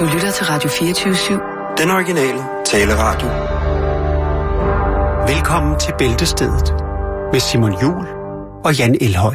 Du lytter til Radio 24/7. Den originale taleradio. Velkommen til Bæltestedet med Simon Juhl og Jan Elhøj.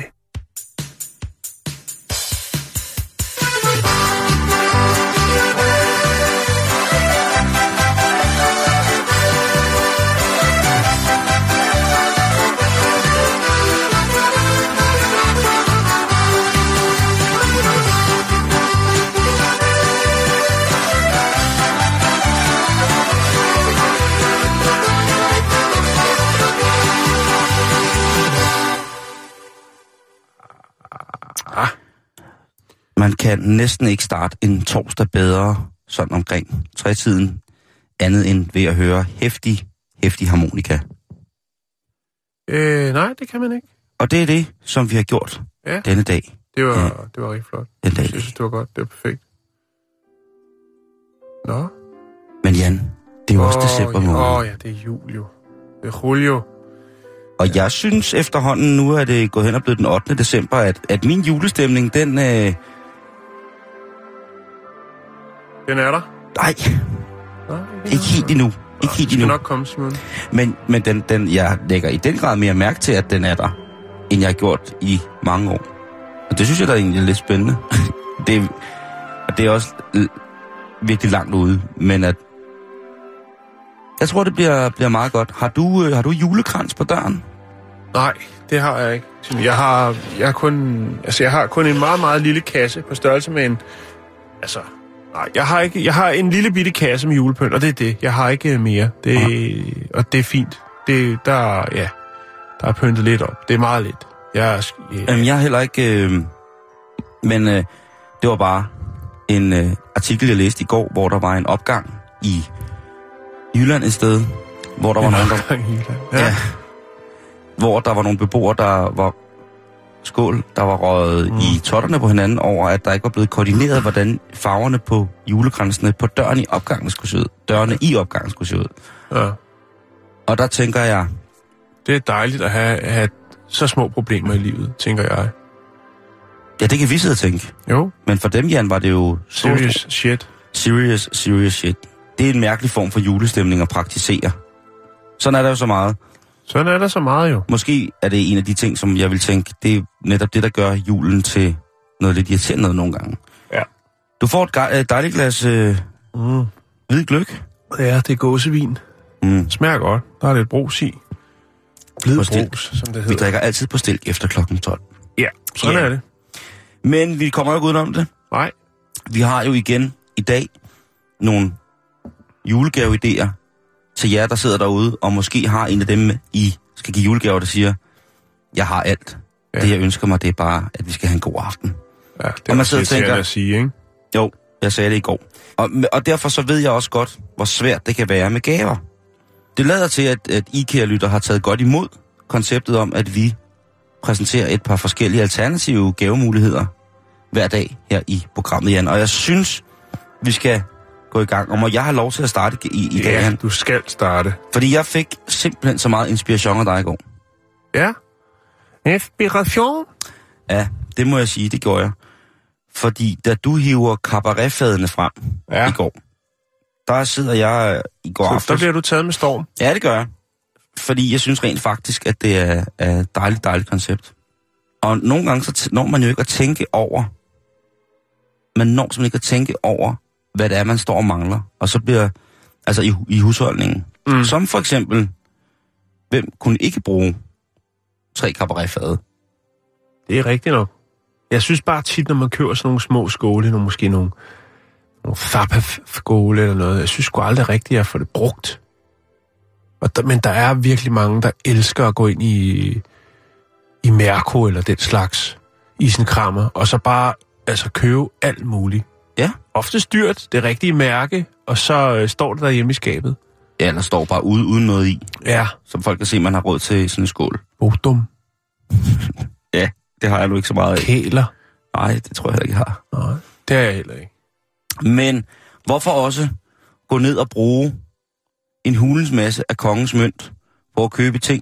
Man kan næsten ikke starte en torsdag bedre, sådan omkring 3-tiden, andet end ved at høre hæftig harmonika. Nej, det kan man ikke. Og det er det, som vi har gjort denne dag. Det var rigtig flot. Jeg synes, det var godt. Det var perfekt. Nå. Men Jan, det er jo også december måned. Ja, det er jul jo. Det er Julio. Og jeg synes efterhånden, nu er det gået hen og blevet den 8. december, at min julestemning, den... Den er der? Nej, ikke helt endnu. Ikke helt endnu. Det skal nok komme, Simon. Men jeg lægger i den grad mere mærke til, at den er der, end jeg har gjort i mange år. Og det synes jeg, der er egentlig lidt spændende. det er også virkelig langt ude, men at... Jeg tror, det bliver meget godt. Har du julekrans på døren? Nej, det har jeg ikke. Jeg har kun en meget, meget lille kasse på størrelse med en... jeg har en lille bitte kasse med julepynt, og det er det. Jeg har ikke mere. Og det er fint. Der er pyntet lidt op. Det er meget lidt. Jeg har heller ikke... Men det var bare en artikel, jeg læste i går, hvor der var en opgang i Jylland et sted, hvor der var nogen, hvor der var nogle beboere, der var røget i totterne på hinanden over, at der ikke var blevet koordineret, hvordan farverne på julekransene på dørene i opgangen skulle se ud. Dørene i opgangen skulle se ud. Ja. Og der tænker jeg... Det er dejligt at have så små problemer i livet, tænker jeg. Ja, det kan vi sidde og tænke. Jo. Men for dem, Jan, var det jo... Serious shit. Serious shit. Det er en mærkelig form for julestemning at praktisere. Sådan er der jo så meget. Sådan er der så meget jo. Måske er det en af de ting, som jeg vil tænke, det er netop det, der gør julen til noget lidt irriterende nogle gange. Ja. Du får et dejligt glas hvid gløgg. Ja, det er gåsevin. Smager godt. Der er lidt brus i. Hvid brus, som det hedder. Vi drikker altid på stilk efter klokken 12. Ja, sådan er det. Men vi kommer jo ikke udenom det. Nej. Vi har jo igen i dag nogle julegaveidéer til jer, der sidder derude, og måske har en af dem, I skal give julegaver, der siger, jeg har alt. Ja. Det, jeg ønsker mig, det er bare, at vi skal have en god aften. Ja, det er man sidder og tænker, at sige, ikke? Jo, jeg sagde det i går. Og derfor så ved jeg også godt, hvor svært det kan være med gaver. Det lader til, at IKEA-lytter har taget godt imod konceptet om, at vi præsenterer et par forskellige alternative gavemuligheder hver dag her i programmet, Jan. Og jeg synes, vi skal gå i gang. Og må jeg have lov til at starte i dag, Jan? Du skal starte. Fordi jeg fik simpelthen så meget inspiration af dig i går. Ja? Inspiration? Ja, det må jeg sige, det gjorde jeg. Fordi da du hiver cabaretfadene frem i går, der sidder jeg i går aftes. Der bliver du taget med storm? Ja, det gør jeg. Fordi jeg synes rent faktisk, at det er et dejligt koncept. Og nogle gange så når man jo ikke at tænke over, man når simpelthen ikke at tænke over, hvad det er, man står og mangler. Og så bliver, altså i husholdningen. Som for eksempel, hvem kunne ikke bruge 3 cabaretfade? Det er rigtigt nok. Jeg synes bare tit, når man køber sådan nogle små skåle, måske nogle Fapa-skåle eller noget, jeg synes sgu aldrig rigtigt at få det brugt. Men der er virkelig mange, der elsker at gå ind i Mærko eller den slags isenkrammer, og så bare købe alt muligt. Ja. Ofte dyrt, det rigtige mærke, og så står det der hjemme i skabet. Ja, der står bare uden noget i. Ja. Som folk kan se, man har råd til sådan en skål. Bodum. Ja, det har jeg nu ikke så meget af. Kæler. Nej, det tror jeg heller ikke, jeg har. Nej, det er jeg heller ikke. Men hvorfor også gå ned og bruge en hulens masse af kongens mønt på at købe ting,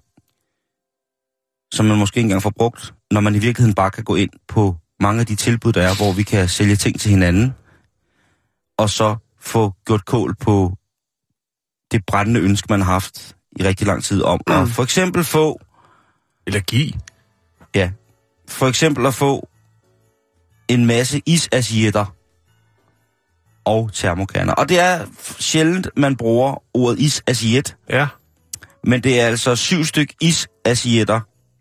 som man måske ikke engang får brugt, når man i virkeligheden bare kan gå ind på mange af de tilbud, der er, hvor vi kan sælge ting til hinanden. og så få gjort kål på det brændende ønske, man har haft i rigtig lang tid om. Og for eksempel få... Eller give. Ja. For eksempel at få en masse isasietter og termokanner. Og det er sjældent, man bruger ordet isasiet. Ja. Men det er altså 7 styk isasietter.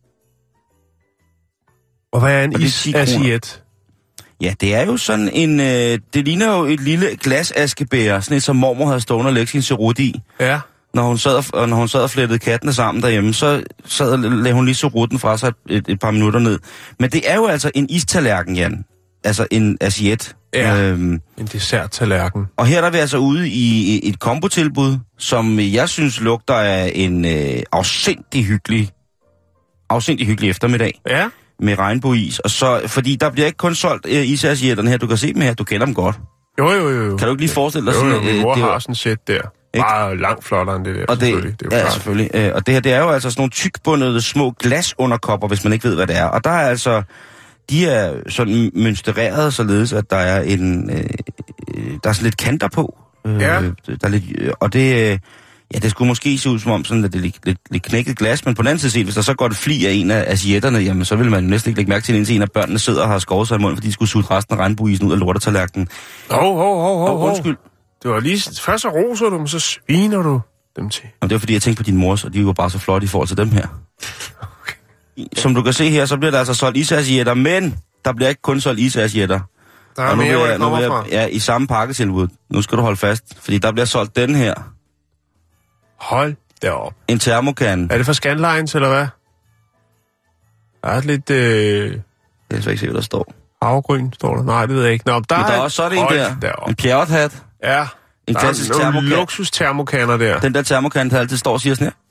Og hvad er en isasiet? Ja, det er jo sådan en... det ligner jo et lille glasaskebæger, sådan et, som mormor havde stående og lægge sin cerut i. Ja. Når hun sad og flettede kattene sammen derhjemme, så lagde hun lige cerutten fra sig et par minutter ned. Men det er jo altså en istallerken, Jan. Altså en asiet. Ja, en dessert-tallerken. Og her der er vi altså ude i et kombotilbud, som jeg synes lugter af en afsindig hyggelig eftermiddag. Ja. Med regnbueis. Og så, fordi der bliver ikke kun solgt isasietterne her. Du kan se dem her, du kender dem godt. Jo. Kan du ikke lige forestille dig sådan... Jo, min mor har sådan et sæt der. Bare langt flottere end det der, og selvfølgelig. Det er jo selvfølgelig. Og det her, det er jo altså sådan nogle tykbundede små glasunderkopper, hvis man ikke ved, hvad det er. Og der er altså... De er sådan mønstereret således, at der er der er sådan lidt kanter på. Ja. Der er lidt, og det... Ja, det skulle måske se ud som om, sådan, at det er lidt knækket glas, men på den anden side set, hvis der så går det fli af en af asietterne, jamen så vil man jo næsten ikke lægge mærke til, indtil en af børnene sidder og har skåret sig i munden, fordi de skulle suge resten af regnbueisen ud af lortetallerkenen. Undskyld. Det var lige... Først så roser du dem, så sviner du dem til. Og det var fordi, jeg tænkte på din mors, og de var bare så flotte i forhold til dem her. Okay. Som du kan se her, så bliver der altså solgt isasietter, men der bliver ikke kun solgt isasietter. Der er mere, hvor det kommer fra. Ja, i samme pakketilbud. Nu skal du holde fast, fordi der bliver solgt den her. Hold derop. En termokan. Er det for Scandlines, eller hvad? Der er lidt... Jeg skal ikke se, hvad der står. Havgryn, står der. Nej, det ved jeg ikke. Nå, der er også sådan en der. Derop. En pjerrethat. Ja. En klassisk termokan. Der er luksus-termokanner der. Den der termokan, der altid står og siger sådan her.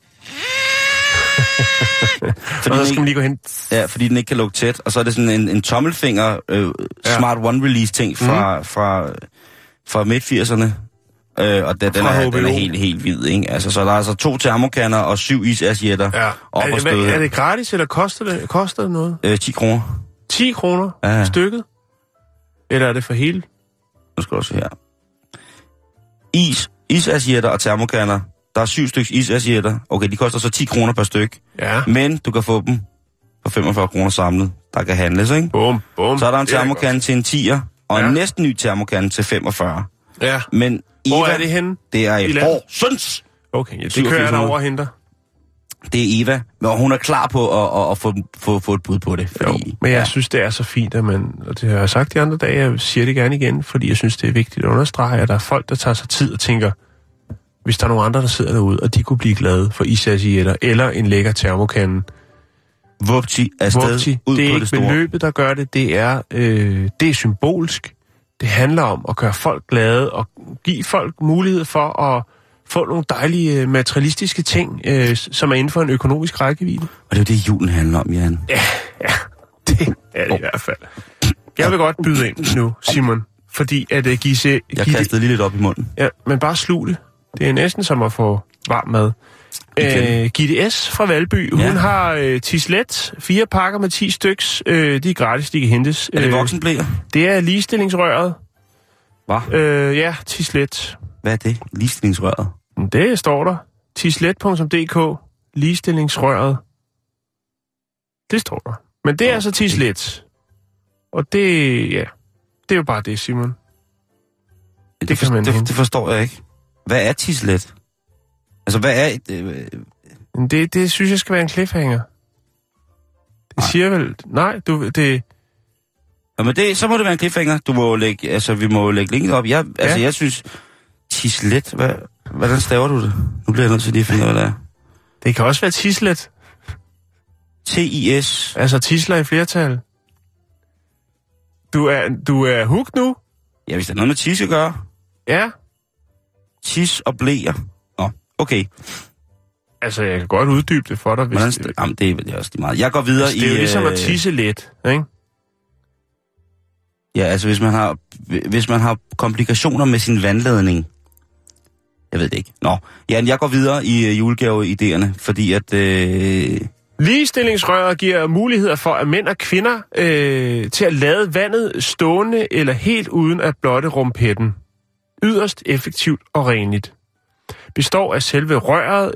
Fordi så skal man lige gå hen. Ja, fordi den ikke kan lukke tæt. Og så er det sådan en tommelfinger Smart One Release ting fra midt-80'erne. Og den er helt hvid, ikke? Altså, så der er altså 2 termokanner og 7 isasietter op og støde. Er det gratis, eller koster det noget? 10 kroner. 10 kroner stykket? Eller er det for hele? Nu skal du se her. Isasietter og termokanner. Der er 7 stykker isasietter. Okay, de koster så 10 kroner per styk. Ja. Men du kan få dem for 45 kroner samlet. Der kan handles, ikke? Bum. Så er der en termokan til en 10'er, og en næsten ny termokan til 45. Ja. Men hvor er det henne? Det er i Horsens. Okay, ja, det kører jeg derover og henter. Det er Eva, og hun er klar på at få et bud på det. Fordi, jo, men jeg synes, det er så fint, at man, og det har jeg sagt de andre dage, jeg siger det gerne igen, fordi jeg synes, det er vigtigt at understrege, at der er folk, der tager sig tid og tænker, hvis der er nogle andre, der sidder derude, og de kunne blive glade for isasietter eller en lækker termokande. Vupti afsted ud det er på ikke det store. beløbet, der gør det. Det er symbolsk. Det handler om at gøre folk glade og give folk mulighed for at få nogle dejlige materialistiske ting, som er inden for en økonomisk rækkevidde. Og det er jo det, julen handler om, Jan. Ja, det er det i hvert fald. Jeg vil godt byde ind nu, Simon, fordi at Gisse... Jeg kastede lige lidt op i munden. Ja, men bare slug det. Det er næsten som at få varm mad. Gitte S. fra Valby, hun har tislet, 4 pakker med 10 styks. De er gratis, de kan hentes. Er det voksenblæer? Det er ligestillingsrøret. Hvad? Ja, tislet. Hvad er det? Ligestillingsrøret? Det står der. Tislet.dk. Ligestillingsrøret. Det står der. Men det er altså tislet. Og det, det er jo bare det, Simon. Det forstår jeg ikke. Hvad er tislet? Altså, hvad er... Det synes jeg skal være en cliffhanger. Det siger vel... Nej, det... Jamen, så må det være en cliffhanger. Du må lægge... Altså, vi må lægge linket op. Jeg synes... Tislet... Hvordan staver du det? Nu bliver jeg nødt til lige at finde ud af, hvad det er. Det kan også være tislet. T-I-S... Altså, tisler i flertal. Du er hooked nu? Ja, hvis der er noget med tis at gøre. Ja. Tis og blæer. Nå, okay. Altså, jeg kan godt uddybe det for dig, hvis... Jamen, det er også lige meget. Jeg går videre i... Det er jo ligesom at tisse lidt, ikke? Ja, altså, hvis man har komplikationer med sin vandladning... Jeg ved det ikke. Nå, Jan, jeg går videre i julegave-idéerne, fordi at... Ligestillingsrøret giver muligheder for, at mænd og kvinder til at lade vandet stående eller helt uden at blotte rumpetten. yderst effektivt og renligt. Består af selve røret,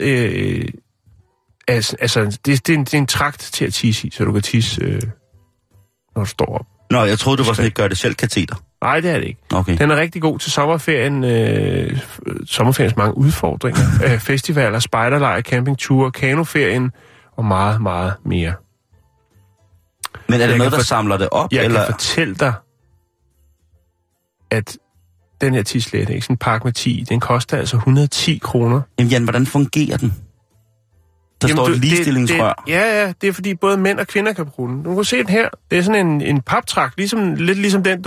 det er en trakt til at tisse i, så du kan tisse, når du står op. Nå, jeg troede, du var sådan et gør-det-selv-kateter. Nej, det er det ikke. Okay. Den er rigtig god til sommerferien. Sommerferiens mange udfordringer. Festivaler, spejderlejr, campingture, kanoferien og meget, meget mere. Men er det noget, der samler det op? Jeg eller? kan fortælle dig, at den her tislet, ikke? Sådan en pakke med 10, den koster altså 110 kroner. Jamen Jan, hvordan fungerer den? Der står et ligestillingsrør. Ja, det er fordi både mænd og kvinder kan bruge den. Du kan se den her. Det er sådan en paptrak, lidt ligesom den,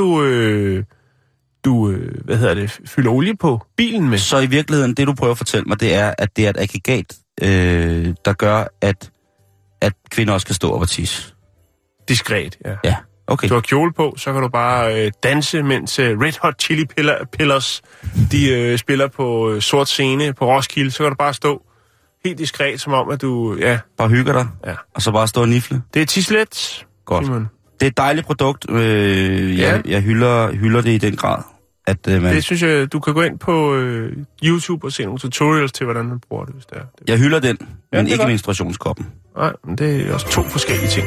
du fylder olie på bilen med. Så i virkeligheden, det du prøver at fortælle mig, det er, at det er et aggregat, der gør, at kvinder også kan stå op og tisse. Diskret, ja. Ja, okay. Du har kjole på, så kan du bare danse, mens Red Hot Chili Pillars, de spiller på sort scene på Roskilde. Så kan du bare stå helt diskret, som om, at du, bare hygger dig, og så bare stå og nifle. Det er tislet. Godt. Simon. Det er et dejligt produkt. Jeg hylder det i den grad. At, det synes jeg, du kan gå ind på YouTube og se nogle tutorials til, hvordan man bruger det, hvis det er. Jeg hylder den, men ikke menstruationskoppen. Nej, men det er også 2 forskellige ting.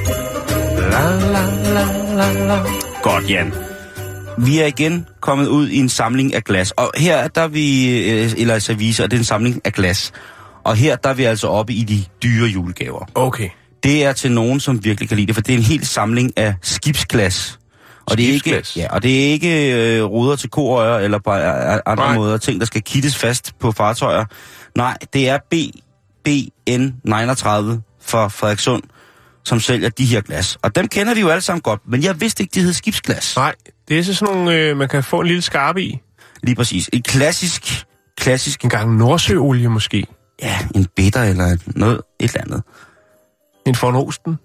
Godt, Jan. Vi er igen kommet ud i en samling af glas. Og her der er vi, eller service, og det er en samling af glas. Og her der er vi altså oppe i de dyre julegaver. Okay. Det er til nogen, som virkelig kan lide det, for det er en hel samling af skibsglas. Og det er ikke ruder til koøjer eller på andre måder, ting, der skal kittes fast på fartøjer. Nej, det er BN39 fra Frederikssund, som sælger de her glas. Og dem kender vi jo alle sammen godt, men jeg vidste ikke, de hed skibsglas. Nej, det er sådan nogle, man kan få en lille skarpe i. Lige præcis. En klassisk... En gang Nordsøolie måske. Ja, en bitter eller et eller andet. En von Osten.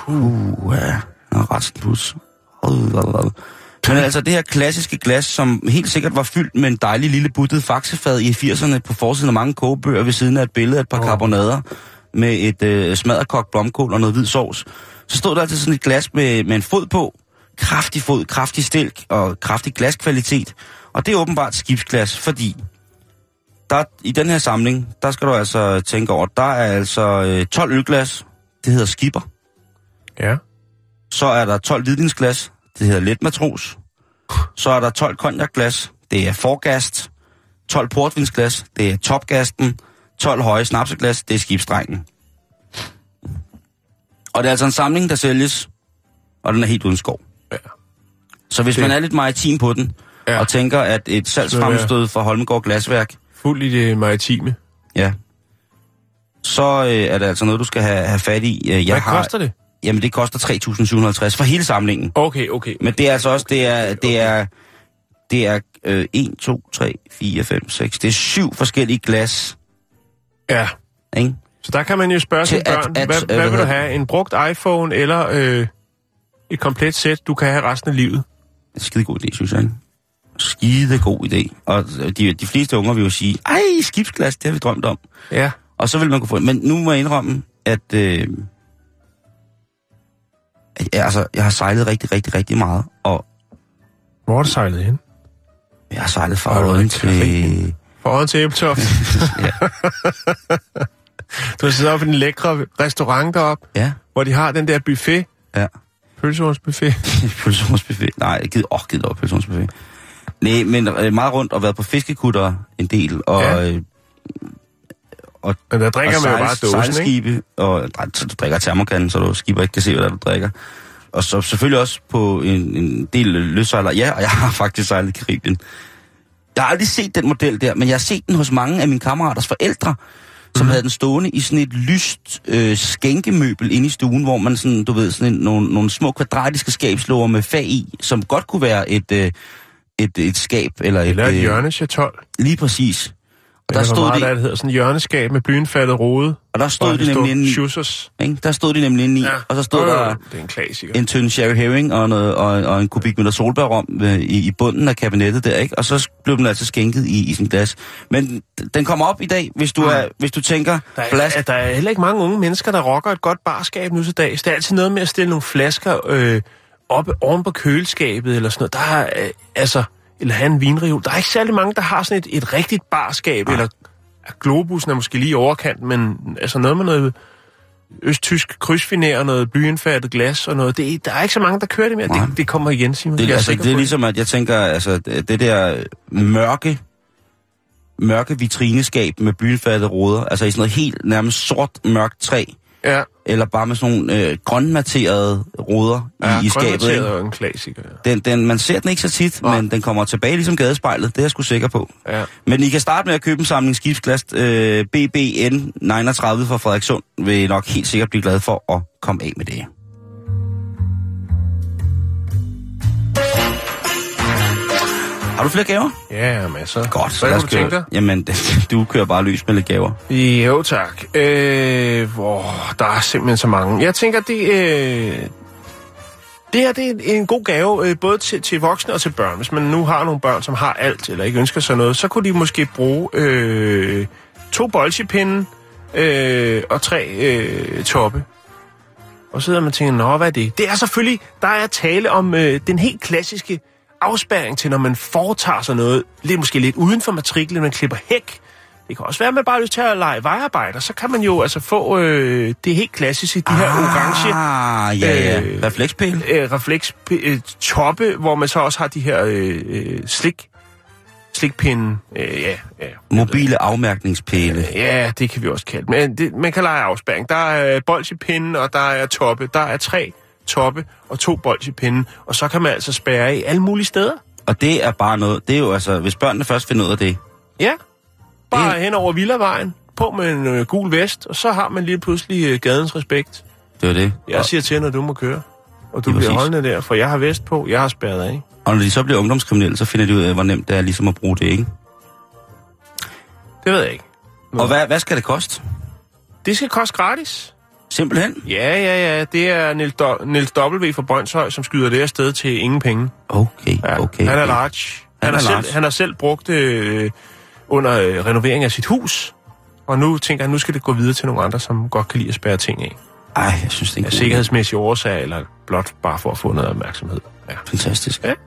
Restbus. Men altså det her klassiske glas, som helt sikkert var fyldt med en dejlig lille buttet faxefad i 80'erne på forsiden af mange kogebøger ved siden af et billede af et par karbonader med et smadderkogt blomkål og noget hvid sovs. Så stod der altså sådan et glas med en fod på. Kraftig fod, kraftig stilk og kraftig glaskvalitet. Og det er åbenbart skibsglas, fordi der, i den her samling, der skal du altså tænke over, der er altså 12 ølglas, det hedder Skipper. Ja. Så er der 12 hvidvinsglas, det hedder Letmatros. Så er der 12 cognacglas, det er Forgast. 12 portvinsglas, det er Topgasten. 12 høje snapseglas, det er Skibsdrengen. Og det er altså en samling, der sælges, og den er helt uden skov. Ja. Så hvis man er lidt maritim på den, og tænker, at et salgsfremstød fra Holmegaard Glasværk... Fuld i det maritime. Ja. Så er det altså noget, du skal have fat i. Hvad koster det? Jamen, det koster 3.750 for hele samlingen. Okay. Men det er altså også, det er 1, 2, 3, 4, 5, 6. Det er 7 forskellige glas. Ja. Ikke? Så der kan man jo spørge sine børn, hvad vil du have? En brugt iPhone eller et komplet sæt, du kan have resten af livet? Det er skide god idé, synes jeg. Skide god idé. Og de fleste unger vil jo sige, ej, skibsglas, det har vi drømt om. Ja. Og så vil man kunne få det. Men nu må jeg indrømme, at jeg har sejlet rigtig, rigtig, rigtig meget. Og hvor har du sejlet hen? Jeg har sejlet fra Odden til... Fra Odden til Æbeltoft? Ja. Du har siddet op i den lækre restaurant deroppe, hvor de har den der buffet. Ja. Pølsehornsbuffet. Pølsehornsbuffet. Nej, jeg gider op pølsehornsbuffet. Nej, men meget rundt og været på fiskekutter en del, og... Ja. Men der drikker man jo bare dåsen, sejlskibe, og du drikker termokanden, så du skipper ikke kan se, hvad du drikker. Og så selvfølgelig også på en del løssejler. Ja, og jeg har faktisk sejlet i Karibien. Jeg har aldrig set den model der, men jeg har set den hos mange af mine kammeraters forældre, som havde den stående i sådan et lyst skænkemøbel inde i stuen, hvor man sådan, du ved, sådan nogle små kvadratiske skabslåger med fag i, som godt kunne være et skab eller et hjørnechatol. Lige præcis. Og der stod det hedder sådan et hjørneskab med blyindfattet rode. Og der stod de nemlig inde i. Der stod de nemlig inde i, og så stod der det er en klassiker. En tynd sherry herring og en kubikmeter solbærrom i bunden af kabinettet der, ikke? Og så blev den altså skænket i sin glas. Men den kommer op i dag, hvis du tænker... Der er heller ikke mange unge mennesker, der rocker et godt barskab nu til dags. Der er altid noget med at stille nogle flasker op oven på køleskabet eller sådan noget. Der er eller have en vinreol. Der er ikke særlig mange, der har sådan et rigtigt barskab, eller Globusen er måske lige overkant, men altså noget med noget østtysk krydsfiner, noget blyindfattet glas og noget. Der er ikke så mange, der kører det mere. Det kommer igen, Simon. Det er ligesom, at jeg tænker, altså det der mørke vitrineskab med blyindfattede ruder, altså i sådan noget helt nærmest sort, mørkt træ, eller bare med sådan nogle grønmatterede ruder i skabet. Ja, grønmatteret er en klassiker, ja. Man ser den ikke så tit, men den kommer tilbage ligesom gadespejlet, det er jeg sgu sikker på. Ja. Men I kan starte med at købe en samling skibsglas BBN 39 fra Frederikssund, vil I nok helt sikkert blive glad for at komme af med det. Har du flere gaver? Ja, masser. Godt. Hvad har du tænkt dig? Jamen, du kører bare løs med lidt gaver. Jo, tak. Der er simpelthen så mange. Jeg tænker, det her det er en god gave, både til voksne og til børn. Hvis man nu har nogle børn, som har alt, eller ikke ønsker sig noget, så kunne de måske bruge 2 bolsjepinde og 3 toppe. Og så sidder man og tænker, hvad er det? Det er selvfølgelig, der er tale om den helt klassiske afspærring til, når man foretager sig noget, måske lidt uden for matriklen, man klipper hæk. Det kan også være, at man bare har lyst til at lege vejarbejder. Så kan man jo altså få det helt klassiske, de her orange reflekstoppe, hvor man så også har de her slikpinde. Mobile afmærkningspæle. Ja, det kan vi også kalde. Men man kan lege afspærring. Der er bolsjepinde, og der er toppe. Der er 3 toppe og 2 bolsjepinde, og så kan man altså spærre i alle mulige steder. Og det er bare noget, det er jo altså, hvis børnene først finder ud af det. Ja, bare hen over Villavejen, på med en gul vest, og så har man lige pludselig gadens respekt. Det er det. Jeg siger til, når du må køre, og du bliver holdende der, for jeg har vest på, jeg har spærret af. Og når de så bliver ungdomskriminelle, så finder de ud af, hvor nemt det er ligesom at bruge det, ikke? Det ved jeg ikke. Og hvad skal det koste? Det skal koste gratis. Simpelthen? Ja. Det er Niels W. fra Brøndshøj, som skyder det afsted til ingen penge. Okay. Han er large. Han har selv brugt det under renovering af sit hus. Og nu tænker han, nu skal det gå videre til nogle andre, som godt kan lide at spærre ting af. Ej, jeg synes, det er en sikkerhedsmæssige årsag, eller blot bare for at få noget opmærksomhed. Ja. Fantastisk. Ja.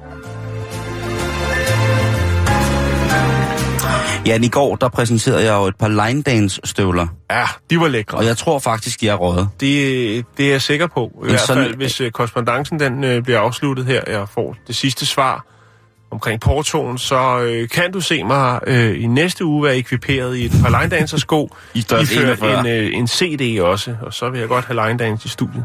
Ja, i går, der præsenterede jeg jo et par line dance støvler. Ja, de var lækre. Og jeg tror faktisk, de er røget. Det er jeg sikker på. I hvert fald, hvis korrespondancen den bliver afsluttet her, jeg får det sidste svar omkring portoen, så kan du se mig i næste uge være ekviperet i et par line dancer sko. Iført en CD også, og så vil jeg godt have line dance i studiet.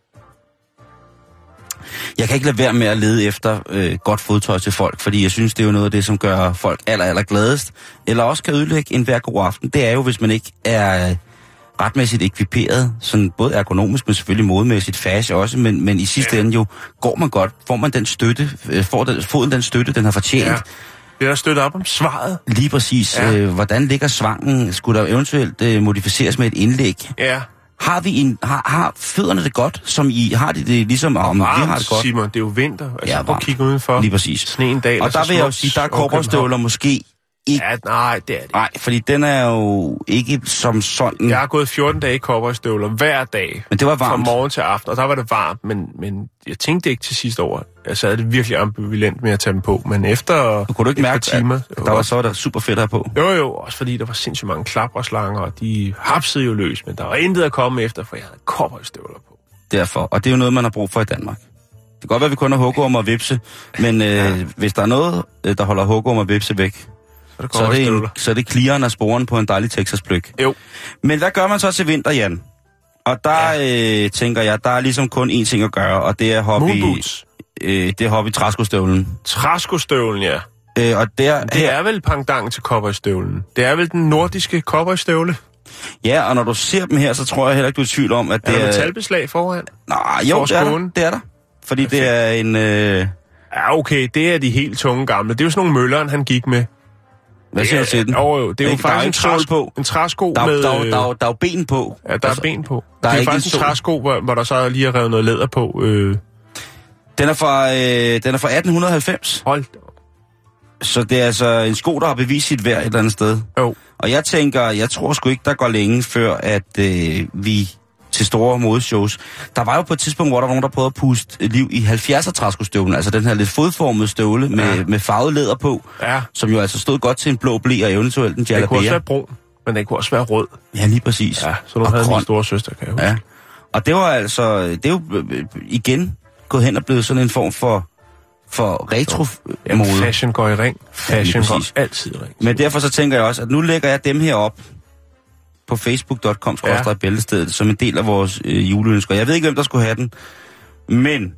Jeg kan ikke lade være med at lede efter godt fodtøj til folk, fordi jeg synes, det er jo noget af det, som gør folk aller gladest, eller også kan ødelægge en hver god aften. Det er jo, hvis man ikke er retmæssigt ekviperet, sådan både ergonomisk, men selvfølgelig modemæssigt, fashion også, men i sidste ende jo, går man godt, får man den støtte, foden den støtte, den har fortjent. Ja. Det er støttet op om svaret. Lige præcis. Ja. Hvordan ligger svangen? Skulle der eventuelt modificeres med et indlæg? Ja. Har fødderne det godt, som I har det ligesom om vi har det godt? Simon, det er jo vinter. Altså, prøv at kigge udenfor. Lige præcis. Sneen daler. Og der vil jeg jo sige, der er kobberstøvler måske ikke. Ja, nej, det er det. Nej, fordi den er jo ikke som sådan. Jeg har gået 14 dage i kobberstøvler hver dag. Men det var varmt. Fra morgen til aften, og der var det varmt, men jeg tænkte ikke til sidste år. Jeg sad det virkelig ambivalent med at tage dem på, men efter kunne du ikke mærke, timer, at der var super fedt her på? Jo, også fordi der var sindssygt mange klapperslanger, og de hapsede jo løs, men der var intet at komme efter, for jeg havde kobberstøvler på. Derfor, og det er jo noget, man har brug for i Danmark. Det kan godt være, at vi kun har hugorm og vipse, men hvis der er noget, der holder hugorm og vipse væk, så er det clearen af sporen på en dejlig Texas-pløk. Jo. Men hvad gør man så til vinter, Jan? Og der tænker jeg, der er ligesom kun én ting at gøre, og det er hoppe i træskostøvlen. Træskostøvlen, ja. Og det er vel pendant til cowboystøvlen. Det er vel den nordiske cowboystøvle. Ja, og når du ser dem her, så tror jeg heller ikke, du er i tvivl om, at det er... Er der metalbeslag foran? Nej, jo, det er der. Fordi det er en... Ja, okay, det er de helt tunge gamle. Det er jo sådan nogle mølleren, han gik med. Hvad siger du til den? Det er jo faktisk en træsko med... Der er jo ben på. Ja, der er ben på. Det er jo faktisk en træsko, hvor der så lige er revet noget læder på. Den er fra 1890. Hold da. Så det er altså en sko, der har bevist sit værd et eller andet sted. Jo. Og jeg tror sgu ikke, der går længe før, at vi til store modeshows. Der var jo på et tidspunkt, hvor der var nogen, der prøvede at puste liv i 70'er træskostøvlen, altså den her lidt fodformede støvle med farvet læder på, som jo altså stod godt til en blå ble og eventuelt en jalabia. Det kunne også være brun, men det kunne også være rød. Ja, lige præcis. Ja, så nu havde min store søster, kan jeg huske. Ja. Og det var altså, det er jo igen gået hen og blevet sådan en form for retro-mode. Fashion går i ring. Fashion går altid i ring. Men derfor så tænker jeg også, at nu lægger jeg dem her op på facebook.com/bæltestedet som en del af vores juleønsker. Jeg ved ikke, hvem der skulle have den, men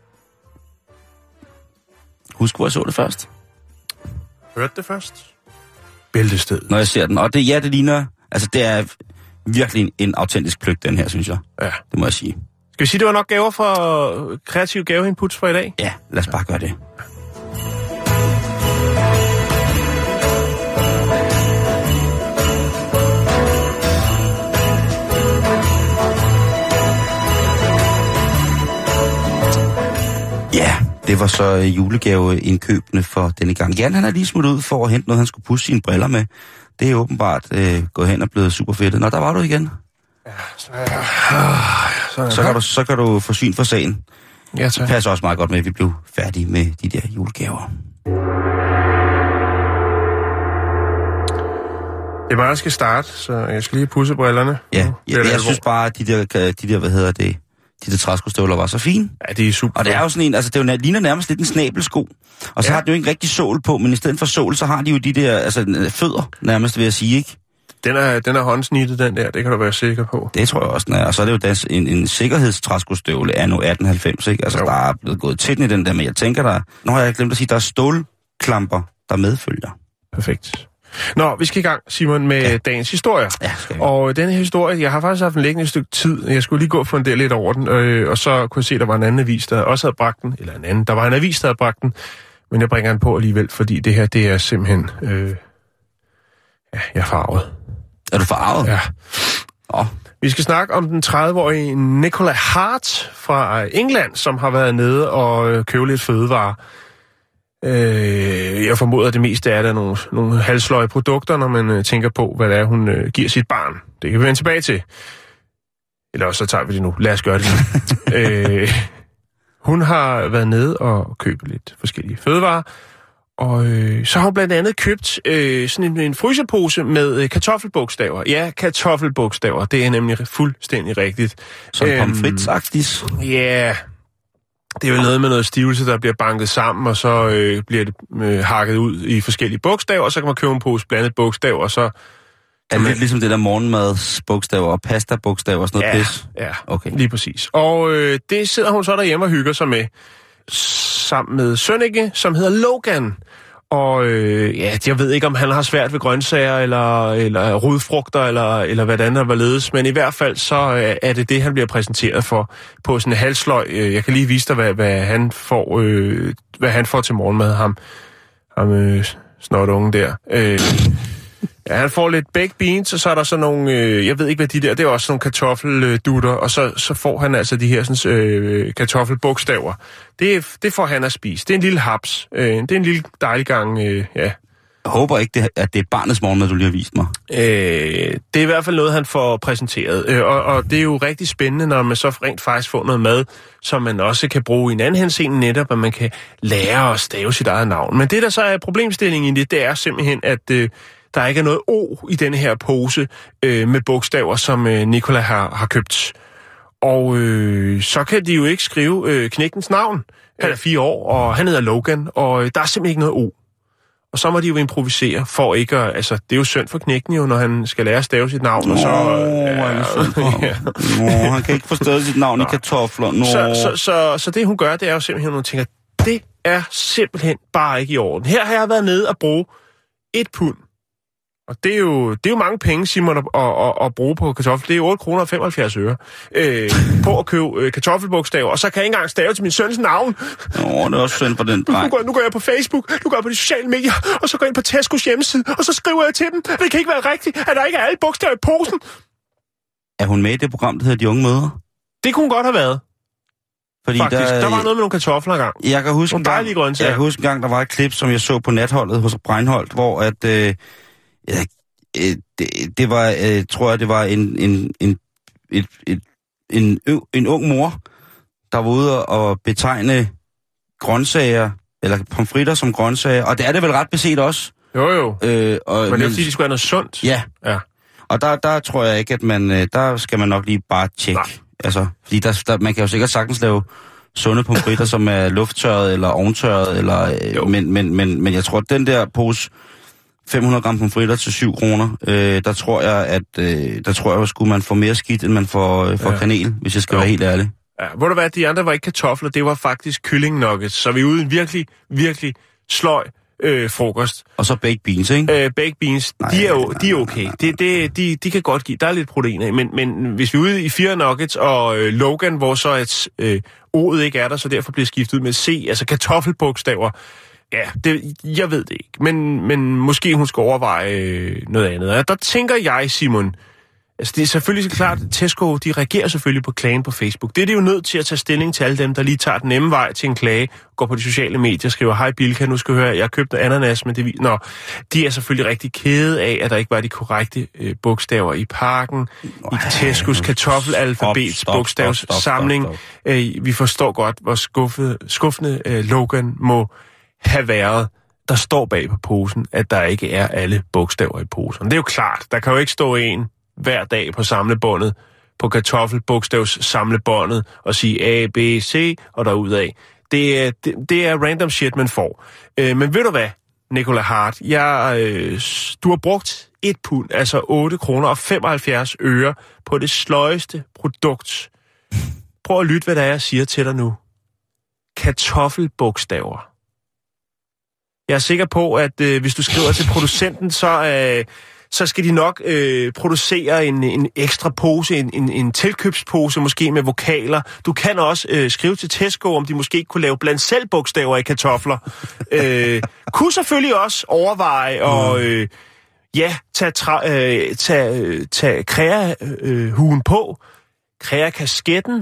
husk, hvor jeg så det først. Hørte det først? Bæltestedet. Når jeg ser den. Og det ligner, altså det er virkelig en autentisk pløk, den her, synes jeg. Ja. Det må jeg sige. Skal vi sige, det var nok gaver for kreative gaveinputs for i dag? Ja, lad os bare gøre det. Ja, det var så julegaveindkøbene for denne gang. Jan, han er lige smuttet ud for at hente noget, han skulle pusse sine briller med. Det er åbenbart gået hen og blevet super fedt. Nå, der var du igen. Ja, så kan du få syn for sagen. Ja, tak. Det passer også meget godt med, at vi blev færdige med de der julegaver. Det er mig, der skal starte, så jeg skal lige pusse brillerne. Ja, jeg synes bare, at de der, de der træskostøvler var så fine. Ja, de er super. Og det er jo sådan en, altså det ligner nærmest lidt en snabelsko. Og så har den jo ikke rigtig sål på, men i stedet for sål, så har de jo de der, altså fødder nærmest, vil jeg sige, ikke? Den er håndsnittet, den der, det kan du være sikker på. Det tror jeg også, den er. Og så er det jo en sikkerhedstræskostøvle af nu 1890, ikke? Altså, der er blevet gået tæt i den der, men jeg tænker, nu har jeg glemt at sige, der er stålklamper, der medfølger. Perfekt. Nå, vi skal i gang, Simon, med dagens historie. Ja, og denne historie, jeg har faktisk haft en liggende et stykke tid. Jeg skulle lige gå for en del lidt over den, og så kunne jeg se, at der var en anden avis, der også havde bragt den. Eller en anden. Der var en avis, der havde bragt den. Men jeg bringer den på alligevel, fordi det her, det er simpelthen... jeg er farvet. Er du farvet? Ja. Oh. Vi skal snakke om den 30-årige Nicola Hart fra England, som har været nede og købe lidt fødevarer. Jeg formoder, at det meste er der nogle halsløje produkter, når man tænker på, hvad det er, hun giver sit barn. Det kan vi vende tilbage til. Eller også så tager vi det nu. Lad os gøre det. Hun har været nede og købt lidt forskellige fødevarer, og så har hun blandt andet købt sådan en frysepose med kartoffelbogstaver. Ja, kartoffelbogstaver. Det er nemlig fuldstændig rigtigt. Som pomfritsagtis. Ja, det er jo noget med noget stivelse, der bliver banket sammen, og så bliver det hakket ud i forskellige bogstaver, og så kan man købe en pose blandet bogstaver, og så... Er det lidt ligesom det der morgenmadsbogstaver og pasta-bogstaver og sådan noget pis? Ja, okay. Lige præcis. Og det sidder hun så derhjemme og hygger sig med, sammen med Sønneke, som hedder Logan. Og jeg ved ikke, om han har svært ved grøntsager, eller rodfrugter, eller hvordan der var ledes, men i hvert fald så er det, han bliver præsenteret for på sådan en halsløg. Jeg kan lige vise dig, hvad han får til morgenmad, ham snot unge der. Ja, han får lidt baked beans, og så er der sådan nogle, jeg ved ikke hvad de der, det er også sådan nogle kartoffeldutter, og så får han altså de her sådan, kartoffelbogstaver. Det får han at spise. Det er en lille haps. Det er en lille dejlig gang, ja. Jeg håber ikke, at det er barnets morgenmad, du lige har vist mig. Det er i hvert fald noget, han får præsenteret. Og det er jo rigtig spændende, når man så rent faktisk får noget mad, som man også kan bruge i en anden henseende netop, at man kan lære at stave sit eget navn. Men det, der så er problemstillingen i det er simpelthen, at der ikke er noget O i denne her pose med bogstaver, som Nicola har købt. Og så kan de jo ikke skrive knægtens navn. Han er 4 år, og han hedder Logan, og der er simpelthen ikke noget O. Og så må de jo improvisere for ikke at... Altså, det er jo synd for knægten jo, når han skal lære at stave sit navn, og så... Han kan ikke forstå sit navn i kartofler. Så det, hun gør, det er jo simpelthen, at hun tænker, det er simpelthen bare ikke i orden. Her har jeg været nede og bruge 1 pund. Og det er jo mange penge, Simon, at bruge på kartoffel. Det er 8 kroner og 75 øre på at købe kartoffelbogstaver. Og så kan jeg ikke engang stave til min søns navn. Det er også synd for den dreng. Nu går jeg på Facebook, nu går jeg på de sociale medier, og så går jeg ind på Tescos hjemmeside, og så skriver jeg til dem. Det kan ikke være rigtigt, at der ikke er alle bogstaver i posen. Er hun med i det program, der hedder De Unge Mødre? Det kunne hun godt have været. Fordi faktisk, der var noget med nogle kartofler engang. Jeg kan huske en gang, der var et klip, som jeg så på Natholdet hos Breinholt, hvor at... det var, tror jeg, det var en ung mor, der var ude og betegne grøntsager, eller pomfritter som grøntsager, og det er det vel ret beset også. Jo. Men det er fordi, de skulle have noget sundt. Ja. Og der tror jeg ikke, at der skal man nok lige bare tjekke. Nej. Altså, fordi man kan jo sikkert sagtens lave sunde pomfritter, som er lufttørret eller ovntørret, eller, men jeg tror, at den der pose 500 gram pomfritter til 7 kroner, der tror jeg, at skulle man få mere skidt, end man får kanel, hvis jeg skal være helt ærlig. Ja, hvor der var, de andre var ikke kartofler, det var faktisk kylling nuggets, så vi er ude i en virkelig, virkelig sløj frokost. Og så baked beans, ikke? Baked beans, de er okay. De kan godt give, der er lidt protein af, men hvis vi er ude i 4 nuggets og Logan, hvor så O'et ikke er der, så derfor bliver skiftet ud med C, altså kartoffelbogstaver. Ja, jeg ved det ikke, men måske hun skal overveje noget andet. Og der tænker jeg, Simon, altså det er selvfølgelig så klart, Tesco, de reagerer selvfølgelig på klagen på Facebook. Det er de jo nødt til at tage stilling til alle dem, der lige tager den nemme vej til en klage, går på de sociale medier, skriver, hej Bilka, nu skal du høre, jeg har købt ananas, men de er selvfølgelig rigtig kede af, at der ikke var de korrekte bogstaver i pakken, i Tescos kartoffelalfabets bogstavssamling. Vi forstår godt, hvor skuffende Logan må have været. Der står bag på posen, at der ikke er alle bogstaver i posen. Det er jo klart, der kan jo ikke stå en hver dag på samlebåndet, på kartoffelbogstavssamlebåndet, og sige A, B, C, og derudad. Det er random shit, man får. Men ved du hvad, Nicola Hart, du har brugt 1 pund, altså 8 kroner og 75 øre på det sløjeste produkt. Prøv at lytte, hvad der er, jeg siger til dig nu. Kartoffelbogstaver. Jeg er sikker på, at hvis du skriver til producenten, så skal de nok producere en ekstra pose, en tilkøbspose måske med vokaler. Du kan også skrive til Tesco, om de måske kunne lave blandt selv bogstaver i kartofler. Kunne selvfølgelig også overveje at tage krea-huen på, krea-kasketten,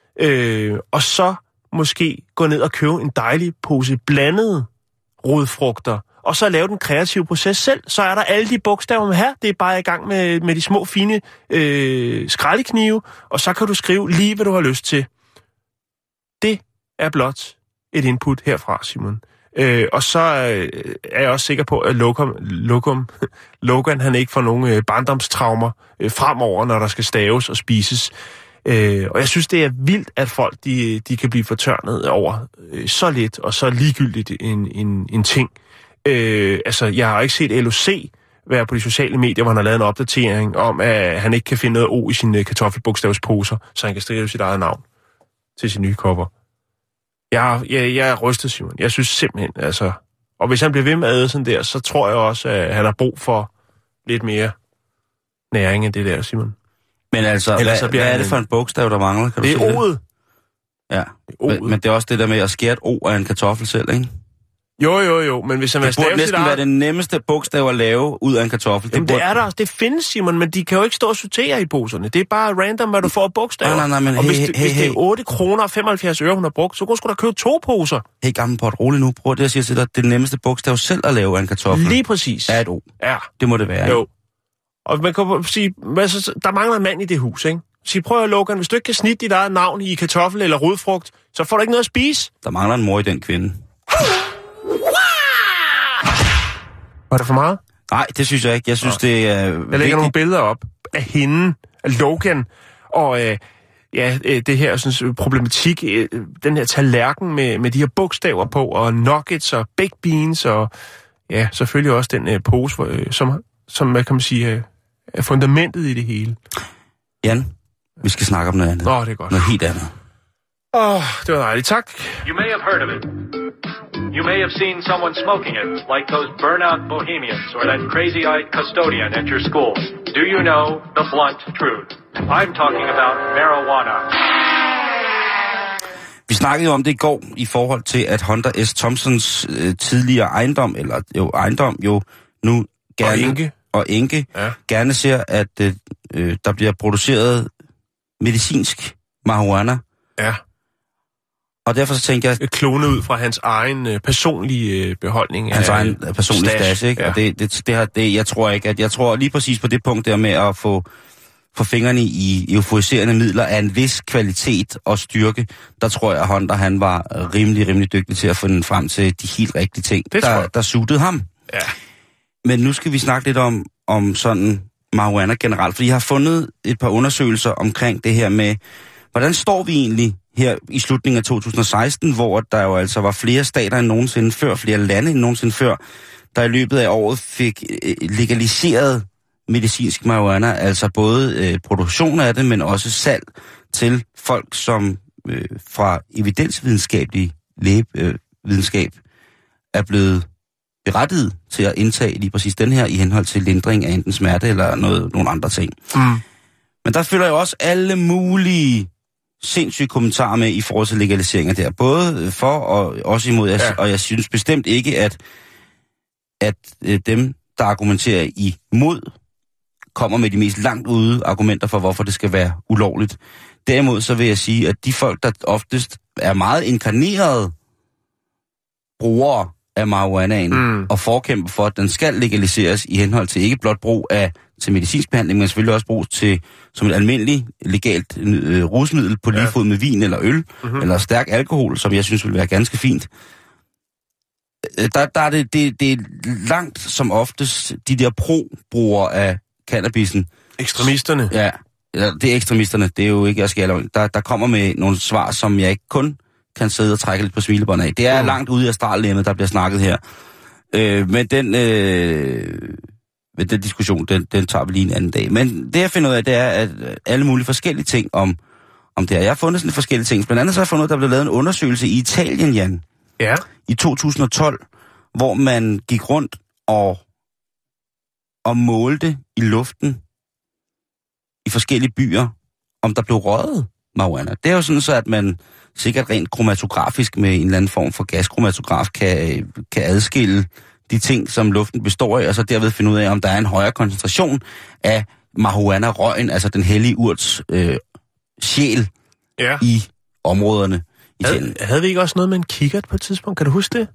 og så måske gå ned og købe en dejlig pose blandede rodfrugter, og så lave den kreative proces selv. Så er der alle de bogstaver med her. Det er bare i gang med de små, fine skraldeknive, og så kan du skrive lige, hvad du har lyst til. Det er blot et input herfra, Simon. Og så er jeg også sikker på, at Logan han ikke får nogen barndomstraumer fremover, når der skal staves og spises. Og jeg synes, det er vildt, at folk de kan blive fortørnet over så lidt og så ligegyldigt en ting. Altså, jeg har ikke set LOC være på de sociale medier, hvor han har lavet en opdatering om, at han ikke kan finde noget O i sine kartoffelbogstavsposer, så han kan skrive sit eget navn til sin nye cover. Jeg er rystet, Simon. Jeg synes simpelthen, altså... Og hvis han bliver ved med at æde sådan der, så tror jeg også, at han har brug for lidt mere næring end det der, Simon. Men altså, hvad er det for en bogstav, der mangler? Kan det er O'et. Ja, men det er også det der med at skære et O af en kartoffel selv, ikke? Jo, men hvis han vil stave sit eget... Det burde næsten være det nemmeste bogstav at lave ud af en kartoffel. Jamen, det er der også. Det findes, Simon, men de kan jo ikke stå og sortere i poserne. Det er bare random, hvad du får af bogstaver. Nej, men og hvis det er 8 kroner og 75 øre, hun har brugt, så skulle du da købe 2 poser. Hey, gammel pot, rolig nu. Prøv det at sige til dig, det nemmeste bogstav selv at lave af en kartoffel. Lige præcis. Er et O. Ja. Det må det være, jo. Og man kan sige, der mangler en mand i det hus, ikke? Sige, prøv at Logan, hvis du ikke kan snitte dit eget navn i kartoffel eller rodfrugt, så får du ikke noget at spise. Der mangler en mor i den kvinde. Var det for meget? Nej, det synes jeg ikke. Jeg synes, det er jeg lægger nogle billeder op af hende, af Logan, og det her sådan, problematik, den her tallerken med de her bogstaver på, og nuggets og baked beans, og ja, selvfølgelig også den pose, som hvad kan man sige, er fundamentet i det hele. Jan, vi skal snakke om noget andet. Det er godt. Noget helt andet. Det var dejligt. Tak. You may have heard of it. You may have seen someone smoking it, like those burnout bohemians or that crazy-eyed custodian at your school. Do you know the blunt truth? I'm talking about marijuana. Vi snakkede jo om det i går i forhold til, at Hunter S. Thompsons tidligere ejendom nu gerne... Og Enke gerne ser, at der bliver produceret medicinsk marihuana. Ja. Og derfor så tænker jeg... Klonet ud fra hans egen personlige beholdning. Hans egen personlige stash, ikke? Ja. Og jeg tror ikke, at... Jeg tror lige præcis på det punkt der med at få få fingrene i euforiserende midler af en vis kvalitet og styrke, der tror jeg, at Hunter han var rimelig dygtig til at finde frem til de helt rigtige ting, der suttede ham. Ja. Men nu skal vi snakke lidt om sådan marihuana generelt, fordi jeg har fundet et par undersøgelser omkring det her med, hvordan står vi egentlig her i slutningen af 2016, hvor der jo altså var flere stater end nogensinde før, flere lande end nogensinde før, der i løbet af året fik legaliseret medicinsk marihuana, altså både produktion af det, men også salg til folk, som fra evidensvidenskabelig lægevidenskab er blevet berettiget til at indtage lige præcis den her i henhold til lindring af enten smerte eller nogle andre ting. Men der følger jo også alle mulige sindssyge kommentarer med i forhold til legaliseringer der, både for og også imod, og jeg synes bestemt ikke, at dem, der argumenterer imod, kommer med de mest langt ude argumenter for, hvorfor det skal være ulovligt. Derimod så vil jeg sige, at de folk, der oftest er meget inkarnerede brugere af marihuanaen, og forkæmper for, at den skal legaliseres i henhold til ikke blot brug til medicinsk behandling, men selvfølgelig også brug som et almindeligt, legalt rusmiddel på lige fod med vin eller øl, eller stærk alkohol, som jeg synes vil være ganske fint. Der er det er langt som oftest de der pro-brugere af cannabisen. Ekstremisterne? Ja, det er ekstremisterne. Det er jo ikke, jeg skal der kommer med nogle svar, som jeg ikke kun kan sidde og trække lidt på smilebåndet af. Det er langt ude i astrallemmet, der bliver snakket her. Men den diskussion, den tager vi lige en anden dag. Men det jeg finder ud af, det er, at alle mulige forskellige ting om det her. Jeg har fundet sådan forskellige ting. Blandt andet så har jeg fundet ud af, at der blev lavet en undersøgelse i Italien, Jan. Ja. I 2012, hvor man gik rundt og målte i luften i forskellige byer, om der blev røget marihuana. Det er jo sådan så, at man sikkert rent kromatografisk med en eller anden form for gaskromatograf kan adskille de ting, som luften består af, og så derved finde ud af, om der er en højere koncentration af marihuana-røgen, altså den hellige urts sjæl i områderne. Havde vi ikke også noget med en kikkert på et tidspunkt? Kan du huske det?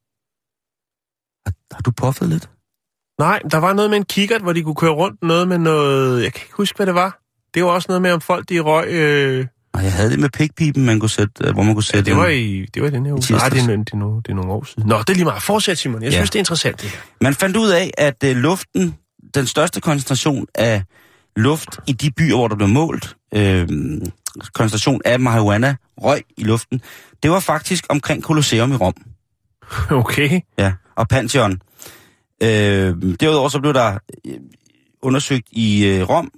Har du puffet lidt? Nej, der var noget med en kikkert, hvor de kunne køre rundt noget med noget... Jeg kan ikke huske, hvad det var. Det var også noget med, om folk de røg... Jeg havde det med pikpipen, hvor man kunne sætte... Ja, det var den her uge. Nej, det er nogle år siden. Nå, det er lige meget. Fortsæt, Simon. Jeg synes, det er interessant, det her. Man fandt ud af, at luften, den største koncentration af luft i de byer, hvor der blev målt, koncentration af marihuana, røg i luften, det var faktisk omkring Colosseum i Rom. Okay. Ja, og Pantheon. Derudover så blev der undersøgt i Rom,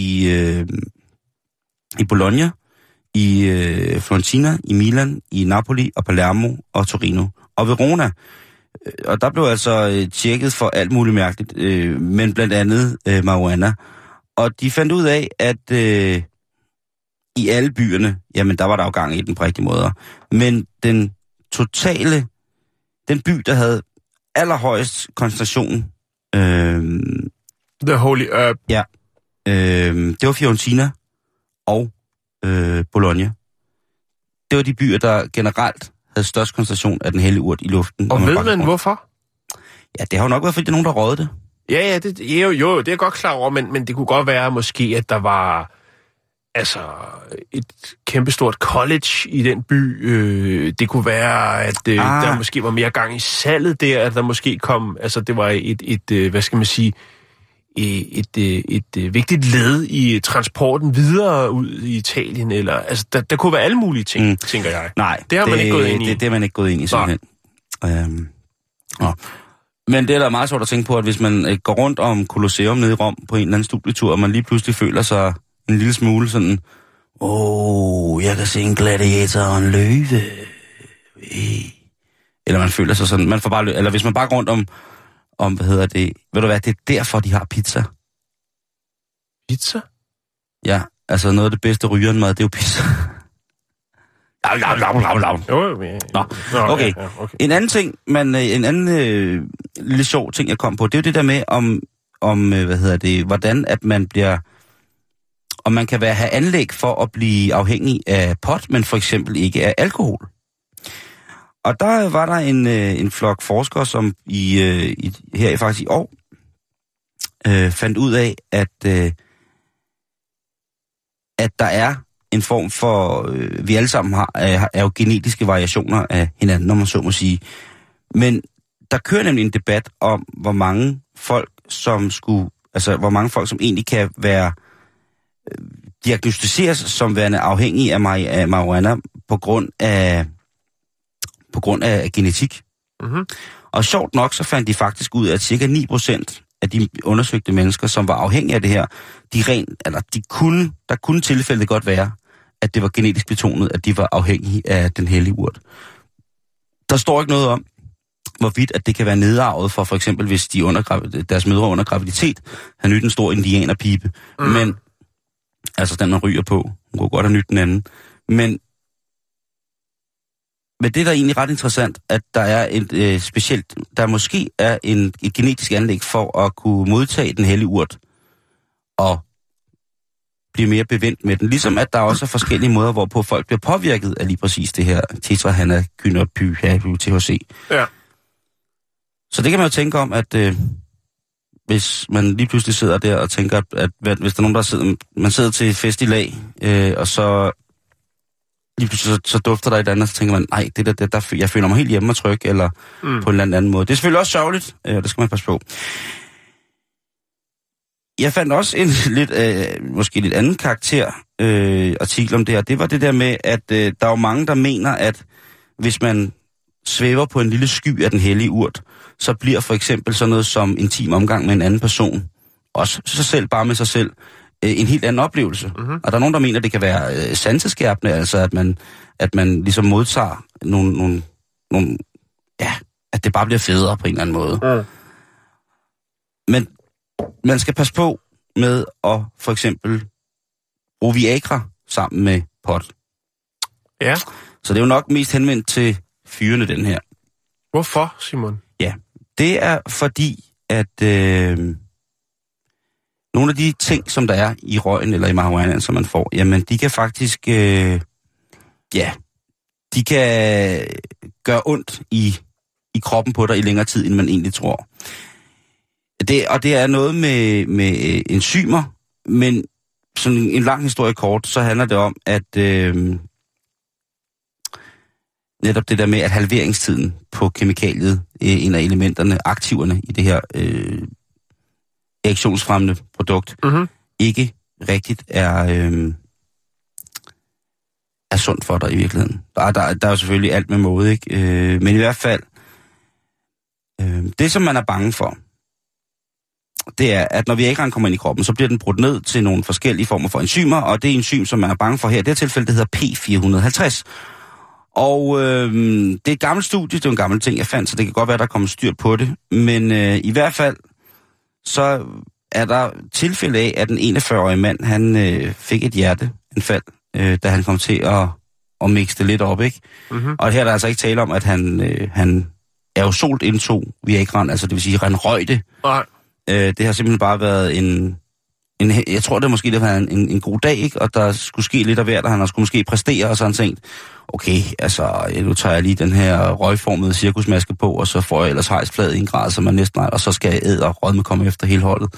i Bologna, i Fiorentina, i Milan, i Napoli og Palermo og Torino og Verona. Og der blev altså tjekket for alt muligt mærkeligt, men blandt andet marihuana. Og de fandt ud af, at i alle byerne, jamen der var der jo gang i den på rigtige måder, men den by, der havde allerhøjest koncentration... The Holy Herb. Ja. Det var Fiorentina og Bologna. Det var de byer, der generelt havde størst koncentration af den hellige urt i luften. Og ved man hvorfor? Ja, det har jo nok været, fordi der er nogen, der røgede det. Ja, det er jeg godt klar over, men det kunne godt være måske, at der var et kæmpestort college i den by. Det kunne være, at der måske var mere gang i salget der, at der måske kom, det var et hvad skal man sige, et vigtigt led i transporten videre ud i Italien, eller der kunne være alle mulige ting, tænker jeg. Nej, det har man ikke gået ind i. Det er man ikke gået ind i, simpelthen. Men det er da meget sjovt at tænke på, at hvis man går rundt om Colosseum nede i Rom på en eller anden studietur, og man lige pludselig føler sig en lille smule sådan, jeg kan se en gladiator og en løve. Eller man føler sig sådan, eller hvis man bare går rundt om, hvad hedder det, ved du hvad, det er derfor, de har pizza. Pizza? Ja, altså noget af det bedste rygerenmad, det er jo pizza. Nå, okay. En anden ting, lille sjov ting, jeg kom på, det er jo det der med, hvordan at man bliver, om man kan have anlæg for at blive afhængig af pot, men for eksempel ikke af alkohol. Og der var der en flok forskere, som her faktisk i år fandt ud af, at at der er en form for, vi alle sammen er jo genetiske variationer af hinanden, når man så må sige. Men der kører nemlig en debat om, hvor mange folk, som egentlig kan være diagnostiseres som værende afhængige af marihuana på grund af genetik. Mm-hmm. Og sjovt nok, så fandt de faktisk ud af, at cirka 9% af de undersøgte mennesker, som var afhængige af det her, der kunne tilfældet godt være, at det var genetisk betonet, at de var afhængige af den hellige urt. Der står ikke noget om, hvorvidt at det kan være nedarvet for eksempel, hvis deres mødre under graviditet har nydt en stor indianerpibe. Men, altså den man ryger på, hun kunne godt have nydt den anden. Men det er da egentlig ret interessant, at der er der måske er et genetisk anlæg for at kunne modtage den hellige urt og blive mere bevendt med den. Ligesom at der også er forskellige måder, hvorpå folk bliver påvirket af lige præcis det her THC. Ja. Så det kan man jo tænke om, at hvis man lige pludselig sidder der og tænker, at hvis der er nogen, man sidder til fest i lag, og så lige pludselig så dufter der et andet, så tænker man, nej, jeg føler mig helt hjemme og tryg, eller på en eller anden måde. Det er selvfølgelig også sørgeligt, og det skal man passe på. Jeg fandt også en måske lidt anden artikel om det her. Det var det der med, at der er jo mange, der mener, at hvis man svæver på en lille sky af den hellige urt, så bliver for eksempel sådan noget som intim omgang med en anden person, også sig selv, bare med sig selv, en helt anden oplevelse. Mm-hmm. Og der er nogen, der mener, at det kan være sanseskærpende, altså at man ligesom modtager nogle at det bare bliver federe på en eller anden måde. Mm. Men man skal passe på med at for eksempel bruge Viagra sammen med pot. Ja. Så det er jo nok mest henvendt til fyrene, den her. Hvorfor, Simon? Ja, det er fordi, at nogle af de ting, som der er i røgen eller i marihuana, som man får, jamen de kan faktisk, de kan gøre ondt i kroppen på dig i længere tid, end man egentlig tror. Det er noget med enzymer, men sådan en lang historie kort, så handler det om, at netop det der med, at halveringstiden på kemikaliet, en af elementerne, aktiverne i det her erektionsfremmende produkt, ikke rigtigt er sundt for dig i virkeligheden. Der er jo selvfølgelig alt med måde, ikke? Men i hvert fald, det som man er bange for, det er, at når Viagraen kommer ind i kroppen, så bliver den brudt ned til nogle forskellige former for enzymer, og det enzym, som man er bange for her, i det her tilfælde, det hedder P450. Og det er et gammelt studie, det er en gammel ting, jeg fandt, så det kan godt være, der kommer styr på det. Men i hvert fald, så er der tilfælde af, at en 41-årig mand, han fik et hjerteanfald, da han kom til at mixe det lidt op, ikke? Mm-hmm. Og her er der altså ikke tale om, at han aerosolt indtog Viagraen, altså det vil sige, at han røg det. Nej. Det har simpelthen bare været jeg tror, det måske det var en god dag, ikke? Og der skulle ske lidt af hvert, og han skulle måske præstere, og så han tænkt, okay, altså, nu tager jeg lige den her røgformede cirkusmaske på, og så får jeg ellers hejsflad i en grad, så man næsten og så skal jeg æde og rødme komme efter hele holdet.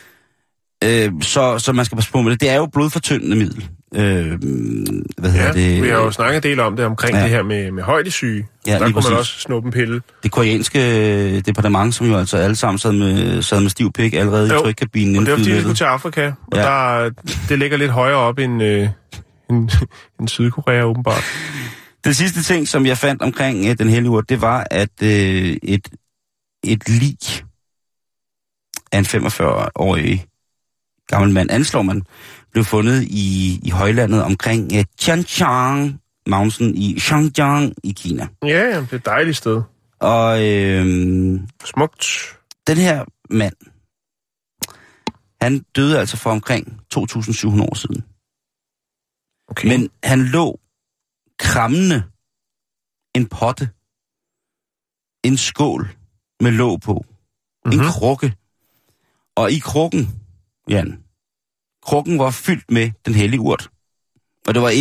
Så man skal passe på med det. Det er jo blodfortyndende middel. Hvad hedder det? Vi har jo snakket en del om det omkring det her med højdesyge. Ja, der kunne man også snuppe en pille. Det koreanske departement, som jo altså alle sammen sad med stiv pik allerede i trykkabinen. Og det var fordi, vi skulle til Afrika, og det ligger lidt højere op end Sydkorea åbenbart. Den sidste ting, som jeg fandt omkring den hellige urt, det var, at et lig af en 45-årig gammel mand, anslår man, blev fundet i højlandet omkring Tianchang Mountain i Xinjiang i Kina. Ja, det er et dejligt sted. Og smukt. Den her mand, han døde altså for omkring 2.700 år siden. Okay. Men han lå krammende en potte, en skål med låg på, en krukke. Og i krukken, Jan, krukken var fyldt med den hellige urt. Og det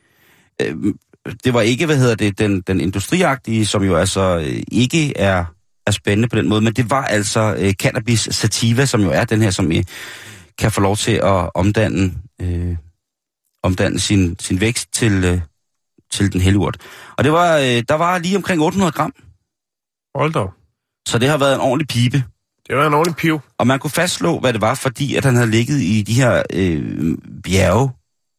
var ikke, den industriagtige, som jo altså ikke er spændende på den måde, men det var altså cannabis sativa, som jo er den her, som kan få lov til at omdanne omdanne sin vækst til den helligurt. Og det var, der var lige omkring 800 gram. Hold da. Så det har været en ordentlig pibe. Det var en ordentlig piv. Og man kunne fastslå, hvad det var, fordi at han havde ligget i de her bjerge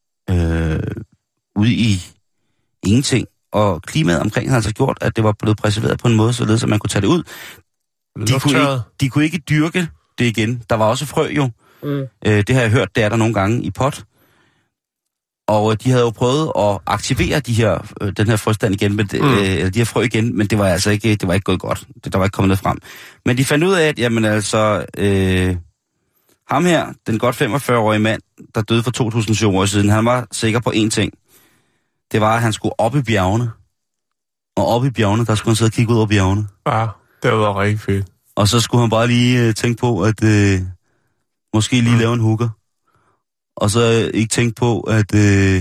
ude i ingenting. Og klimaet omkring havde altså gjort, at det var blevet preserveret på en måde, således at man kunne tage det ud. De kunne ikke dyrke det igen. Der var også frø jo. Det har jeg hørt, det er der nogle gange i pot. Og de havde jo prøvet at aktivere den her frøstand igen, men, eller de her frø igen, men det var altså ikke, det var ikke gået godt. Der var ikke kommet noget frem. Men de fandt ud af, at jamen altså, ham her, den godt 45-årige mand, der døde for 2.700 år siden, han var sikker på én ting. Det var, at han skulle op i bjergene. Og op i bjergene, der skulle han sidde og kigge ud over bjergene. Ja, det var rigtig fedt. Og så skulle han bare lige tænke på, at måske lige lave en hooker. Og så ikke tænke på, at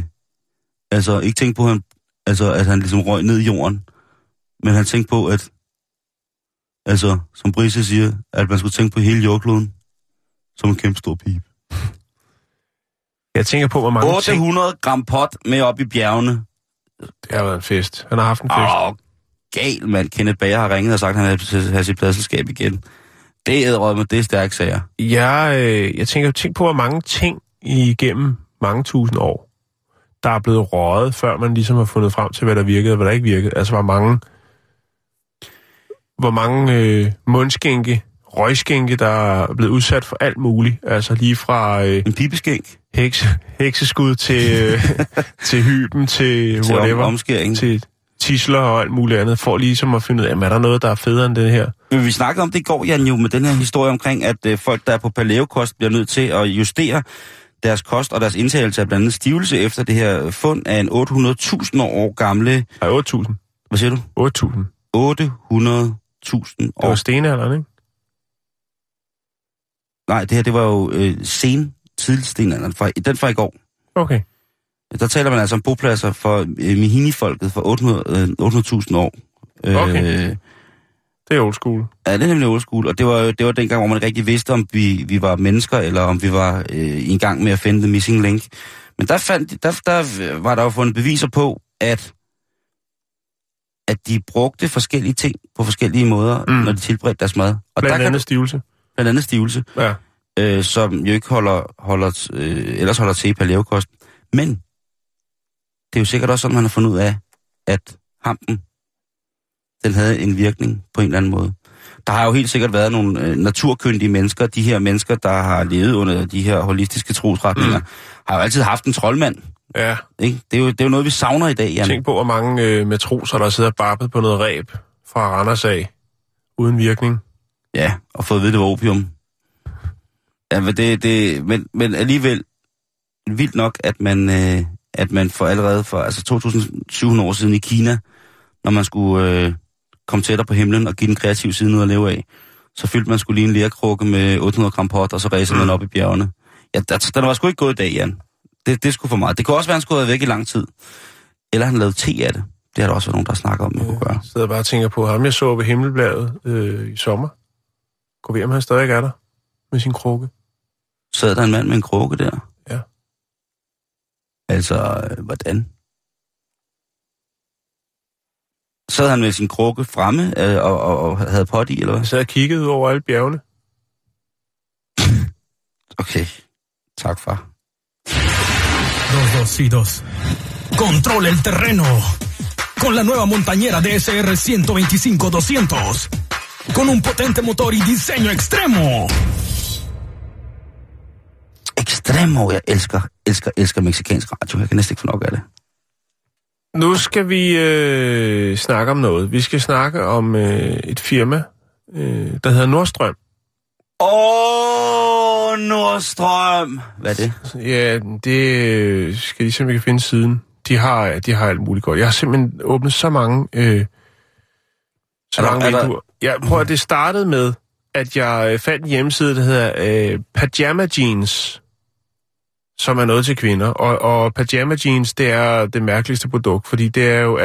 at han ligesom røg ned i jorden. Men han tænkte på, at som Brisse siger, at man skulle tænke på hele jordkloden som en kæmpe stor pibe. Jeg tænker på, hvor mange 800 gram pot med op i bjergene. Det har været en fest. Han har haft en fest. Gal, mand. Kenneth Bager har ringet og sagt, at han vil have sit pladselskab igen. Det er med det stærke sager. Jeg tænker på, hvor mange ting igennem mange tusind år, der er blevet røget, før man ligesom har fundet frem til, hvad der virkede og hvad der ikke virkede. Altså, hvor mange mundskænke, røgskænke, der er blevet udsat for alt muligt. Altså lige fra en pibeskænk. Hekseskud til hyben, til whatever. Omskæring. Til tisler og alt muligt andet, for ligesom at finde ud af, er der noget, der er federe end det her? Men vi snakkede om det i går, Jan, jo med den her historie omkring, at folk, der er på paleokost, bliver nødt til at justere deres kost og deres indtagelse af blandt andet stivelse efter det her fund af en 800.000 år gamle... Nej, 8.000. Hvad siger du? 8.000. 800.000 år. Det var stenalderen, ikke? Nej, det her, det var jo tidlig stenalderen. Den fra i går. Okay. Der taler man altså om bopladser for Mihini-folket for 800.000 år. Okay. Det er old school. Ja, det er nemlig old school. Og det var dengang, hvor man ikke rigtig vidste, om vi var mennesker, eller om vi var i gang med at finde the missing link. Men der var der jo fundet beviser på, at de brugte forskellige ting på forskellige måder, når de tilberedte deres mad. Og blandt andet stivelse. Blandt andet stivelse. Ja. Som jo ikke ellers holder til i paleokost. Men det er jo sikkert også sådan, man har fundet ud af, at hampen, den havde en virkning på en eller anden måde. Der har jo helt sikkert været nogle naturkyndige mennesker, de her mennesker, der har levet under de her holistiske trosretninger, har jo altid haft en troldmand. Ja. Ikke? Det er jo noget, vi savner i dag, Jan. Tænk på, hvor mange matroser, der sidder barbet på noget ræb fra Randers af, uden virkning. Ja, og fået at vide, det var opium. Ja, men alligevel vildt nok, at man allerede for 2.700 år siden i Kina, når man skulle komme tættere på himlen og give den kreative side noget at leve af, så fyldte man skulle lige en lerkrukke med 800 gram pot, og så ræsede man op i bjergene. Ja, den var sgu ikke gået i dag, Jan. Det er sgu for meget. Det kunne også være, han skulle have været væk i lang tid. Eller han lavede te af det. Det har der også været nogen, der snakker om, man kunne gøre. Så jeg bare tænker på ham, jeg så ved Himmelbladet i sommer. Gå ved, om han stadig er der med sin krukke. Sad der en mand med en krukke der? Ja. Altså, hvordan? Sad han med sin krukke fremme og havde pot i, eller hvad? Han sad og kiggede ud over alle bjergene. Okay. Tak, far. 222. Controla el terreno. Con la nueva montañera DSR 125-200. Con un potente motor y diseño extremo. Extremo, jeg elsker mexicansk radio. Jeg kan næsten ikke få nok af det. Nu skal vi snakke om noget. Vi skal snakke om et firma, der hedder Nordstrøm. Nordstrøm! Hvad er det? Ja, det skal de simpelthen finde siden. De har alt muligt godt. Jeg har simpelthen åbnet så mange vinduer. Jeg prøver, det startede med, at jeg fandt en hjemmeside, der hedder Pajama Jeans, som er noget til kvinder. Og Pajama Jeans, det er det mærkeligste produkt, fordi det er jo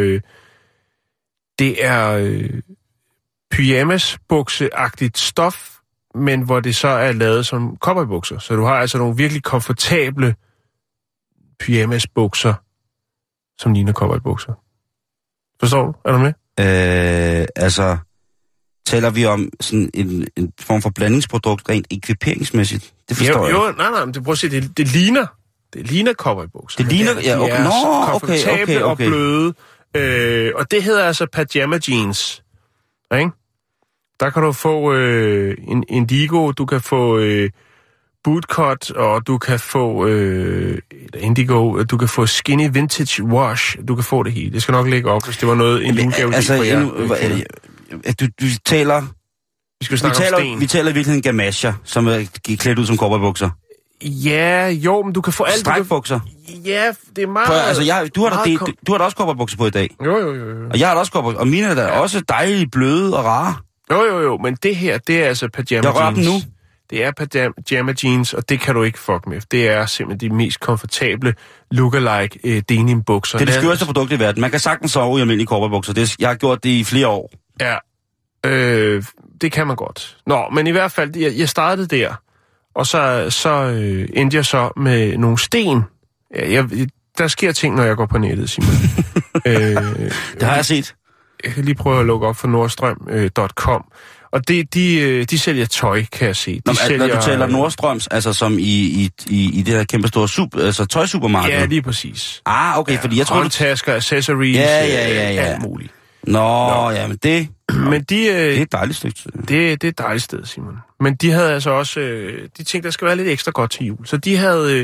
det er pyjamasbukseagtigt stof, men hvor det så er lavet som cowboybukser. Så du har altså nogle virkelig komfortable pyjamasbukser, som ligner cowboybukser. Forstår du? Er du med? Altså, taler vi om sådan en form for blandingsprodukt rent ekviperingsmæssigt? Det forstår jeg ikke. Nej, men prøv at se, det ligner cowboybukser. Det ligner, ja, okay. Nå, okay. Og bløde. Og det hedder altså pajama jeans. Ikke? Der kan du få en indigo, du kan få bootcut, og du kan få indigo, du kan få skinny vintage wash, du kan få det hele. Det skal nok lægge op, hvis det var noget, en udgave altså, for jer. Du taler... Vi taler i virkeligheden gamasjer, som er klædt ud som cowboybukser. Ja, jo, men du kan få alt. Strækbukser. Ja, det er meget... Altså, du har da også cowboybukser på i dag. Jo. Og jeg har da også cowboybukser, og mine er da også dejlige, bløde og rare. Jo, men det her, det er altså pajama jeans. Jeg rører dem nu. Det er pajama jeans, og det kan du ikke fuck med. Det er simpelthen de mest komfortable lookalike denimbukser. Det er det skørste produkt i verden. Man kan sagtens sove i almindelige cowboybukser. Jeg har gjort det i flere år. Ja, det kan man godt. Nå, men i hvert fald, jeg startede der, og så endte jeg så med nogle sten. Ja, der sker ting, når jeg går på nettet, Simon. Det har jeg set. Jeg kan lige prøve at lukke op for nordstrøm.com. Og de sælger tøj, kan jeg se. Når du taler Nordstrøms, altså som i det der kæmpe store tøjsupermarked? Ja, lige præcis. Okay, fordi jeg tror... Håndtasker, accessories, alt muligt. Nå, ja, men det... Men det er et dejligt stykke. Det er et dejligt sted, Simon. Men de havde altså også... de tænkte, der skal være lidt ekstra godt til jul. Så de havde...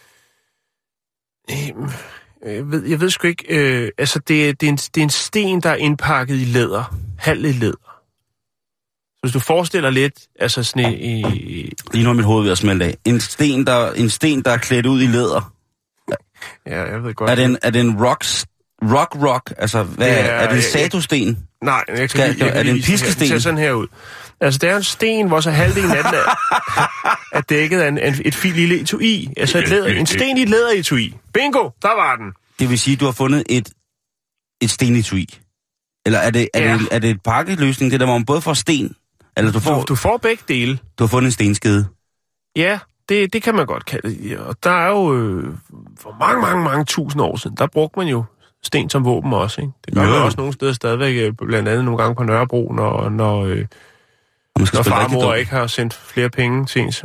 jeg ved sgu ikke... altså, det er en sten, der er indpakket i læder. Halv i læder. Så hvis du forestiller lidt... Altså sådan lige nu er mit hoved ved at smelte af. En sten, der er klædt ud i læder. Ja, jeg ved godt. Er det en rock? Altså, er det en satusten? Nej, jeg kan er det en piskesten? Det ser sådan her ud. Altså, det er en sten, hvor så halvdelen af den er dækket af et fint lille etui. Altså, en sten i et læderetui. Bingo! Der var den. Det vil sige, at du har fundet et stenetui. Eller er det et pakkeløsning, det der, hvor man både får sten? Eller du får begge dele. Du har fundet en stenskede. Ja, det kan man godt kalde det. Og der er jo for mange tusind år siden, der brugte man jo sten som våben også, ikke? Det gør man også nogle steder stadigvæk, blandt andet nogle gange på Nørrebro, når farmor ikke har sendt flere penge til ens.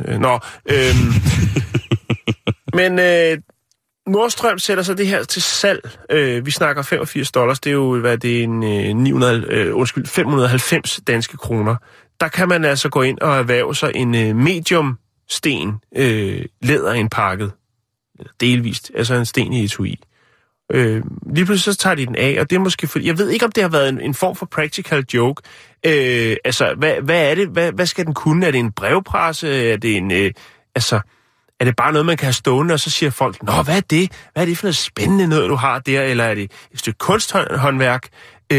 Men Nordstrøm sætter så det her til salg. Vi snakker $85. Det er jo, hvad det er, 590 danske kroner. Der kan man altså gå ind og erhverve sig en medium sten læderindpakket. Delvist. Altså en sten i etui. Lige pludselig så tager de den af, og det er måske fordi... Jeg ved ikke, om det har været en form for practical joke. Altså, hvad er det? Hvad skal den kunne? Er det en brevpresse? Er det en... er det bare noget, man kan have stående, og så siger folk, nå, hvad er det? Hvad er det for noget spændende noget, du har der? Eller er det et stykke kunsthåndværk?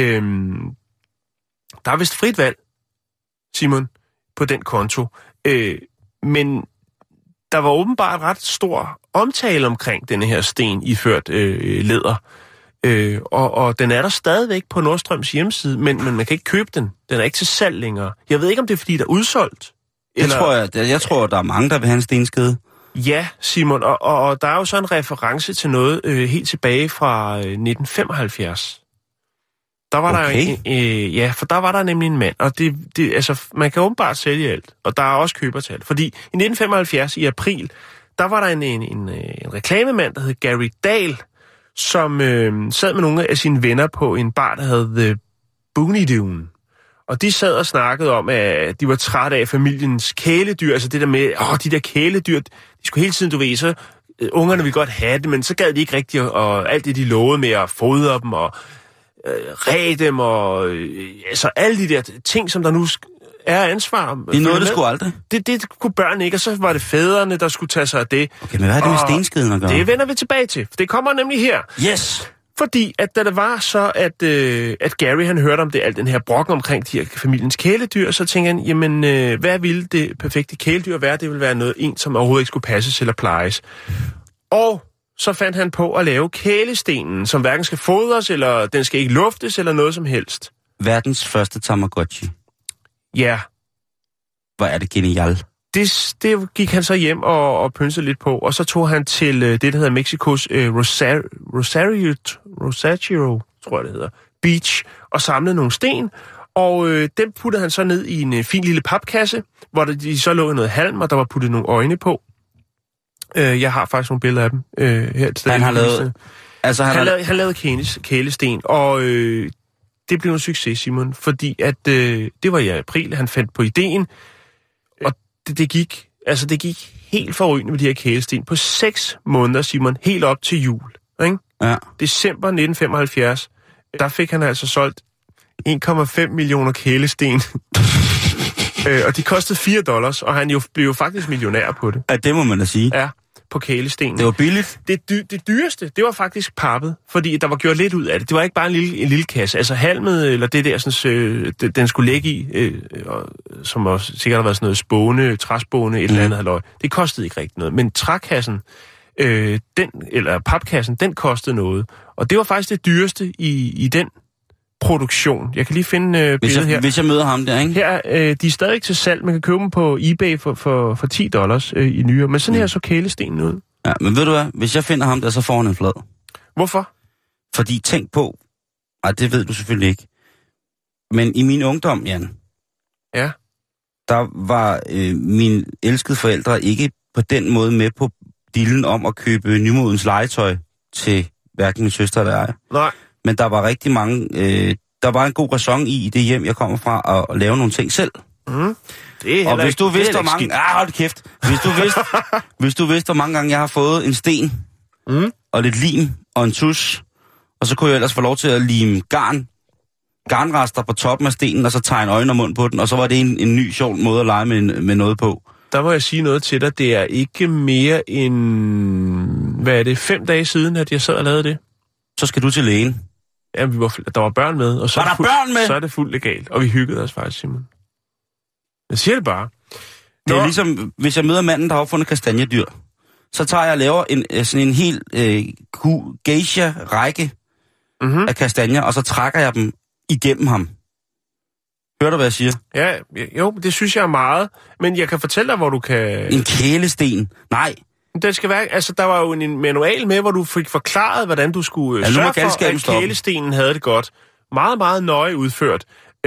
Der er vist frit valg, Simon, på den konto. Men der var åbenbart ret stor omtale omkring denne her sten iført læder. Og den er der stadigvæk på Nordstrøms hjemmeside, men man kan ikke købe den. Den er ikke til salg længere. Jeg ved ikke, om det er, fordi der er udsolgt. Jeg tror, der er mange, der vil have en stenskede. Ja, Simon, og der er jo så en reference til noget helt tilbage fra 1975. Der var der for der var der nemlig en mand, og altså, man kan åbenbart sælge alt, og der er også købertal. Fordi i 1975 i april, der var der en reklamemand, der hed Gary Dahl, som sad med nogle af sine venner på en bar, der hed The Booney Dune. Og de sad og snakkede om, at de var trætte af familiens kæledyr, altså det der med, de der kæledyr, de skulle hele tiden, du ved, så ungerne ville godt have det, men så gad de ikke rigtigt, og alt det, de lovede med at fodre dem, og ræde dem, og altså alle de der ting, som der nu er ansvar. Det nåede det sgu aldrig. Det kunne børn ikke, og så var det fædrene, der skulle tage sig af det. Okay, men hvad er det med stenskeden at gøre? Det vender vi tilbage til, for det kommer nemlig her. Yes! Fordi, at da det var så, at Gary, han hørte om det, alt den her brokken omkring de her familiens kæledyr, så tænkte han, jamen, hvad ville det perfekte kæledyr være? Det ville være en, som overhovedet ikke skulle passes eller plejes. Og så fandt han på at lave kælestenen, som hverken skal fodres, eller den skal ikke luftes, eller noget som helst. Verdens første Tamagotchi. Ja. Hvor er det genial. det gik han så hjem og pynsede lidt på, og så tog han til det, der hedder Mexikos Rosario, tror jeg det hedder, Beach, og samlede nogle sten, og dem puttede han så ned i en fin lille papkasse, hvor de så lå i noget halm, og der var puttet nogle øjne på. Jeg har faktisk nogle billeder af dem her til Han har lavet... Altså, han lavede kælesten, og det blev en succes, Simon, fordi at det var i april, han fandt på ideen, og det gik helt forrygende med de her kælesten. På 6 måneder, Simon, helt op til jul. Ikke? Ja. December 1975, der fik han altså solgt 1,5 millioner kælesten. Og de kostede $4, og han blev jo faktisk millionær på det. Ja, det må man da sige. Ja, på kælestenen. Det var billigt. Det dyreste, det var faktisk pappet, fordi der var gjort lidt ud af det. Det var ikke bare en lille kasse. Altså halmet, eller det der, sådan, den skulle ligge i, som også sikkert har været sådan noget spåne, træspåne, et eller andet halløj. Det kostede ikke rigtig noget. Men trækassen, eller papkassen, den kostede noget. Og det var faktisk det dyreste i den produktion. Jeg kan lige finde billedet her. Hvis jeg møder ham der, ikke? Her, de er stadig til salg. Man kan købe dem på eBay for $10 i nyere. Men sådan her så kælestenen ud. Ja, men ved du hvad? Hvis jeg finder ham der, så får han en flad. Hvorfor? Fordi tænk på... Ej, det ved du selvfølgelig ikke. Men i min ungdom, Jan... Ja. Der var mine elskede forældre ikke på den måde med på dillen om at købe nymodens legetøj til hverken min søster eller jeg. Nej. Men der var rigtig mange... der var en god ræson i det hjem, jeg kommer fra, at lave nogle ting selv. Mm. Og hvis du vidste, hvor mange... hold kæft. Hvis du vidste, hvor mange gange jeg har fået en sten, og lidt lim og en tus, og så kunne jeg ellers få lov til at lime garnrester på toppen af stenen, og så tegne øjne og mund på den, og så var det en ny sjov måde at lege med noget på. Der må jeg sige noget til dig. Det er ikke mere end... 5 dage siden, at jeg sad og lavede det? Så skal du til lægen. Ja, der var børn med, og så, børn med? Så er det fuldt legalt. Og vi hyggede os faktisk, Simon. Jeg siger det bare. Det er ligesom, hvis jeg møder manden, der har opfundet kastanjedyr, så tager jeg og laver sådan en helt geisha-række af kastanjer, og så trækker jeg dem igennem ham. Hører du, hvad jeg siger? Ja, jo, det synes jeg er meget. Men jeg kan fortælle dig, hvor du kan... En kælesten? Nej. Den skal være... Altså, der var jo en manual med, hvor du fik forklaret, hvordan du skulle sørge for, at kælestenen havde det godt. Meget, meget nøje udført.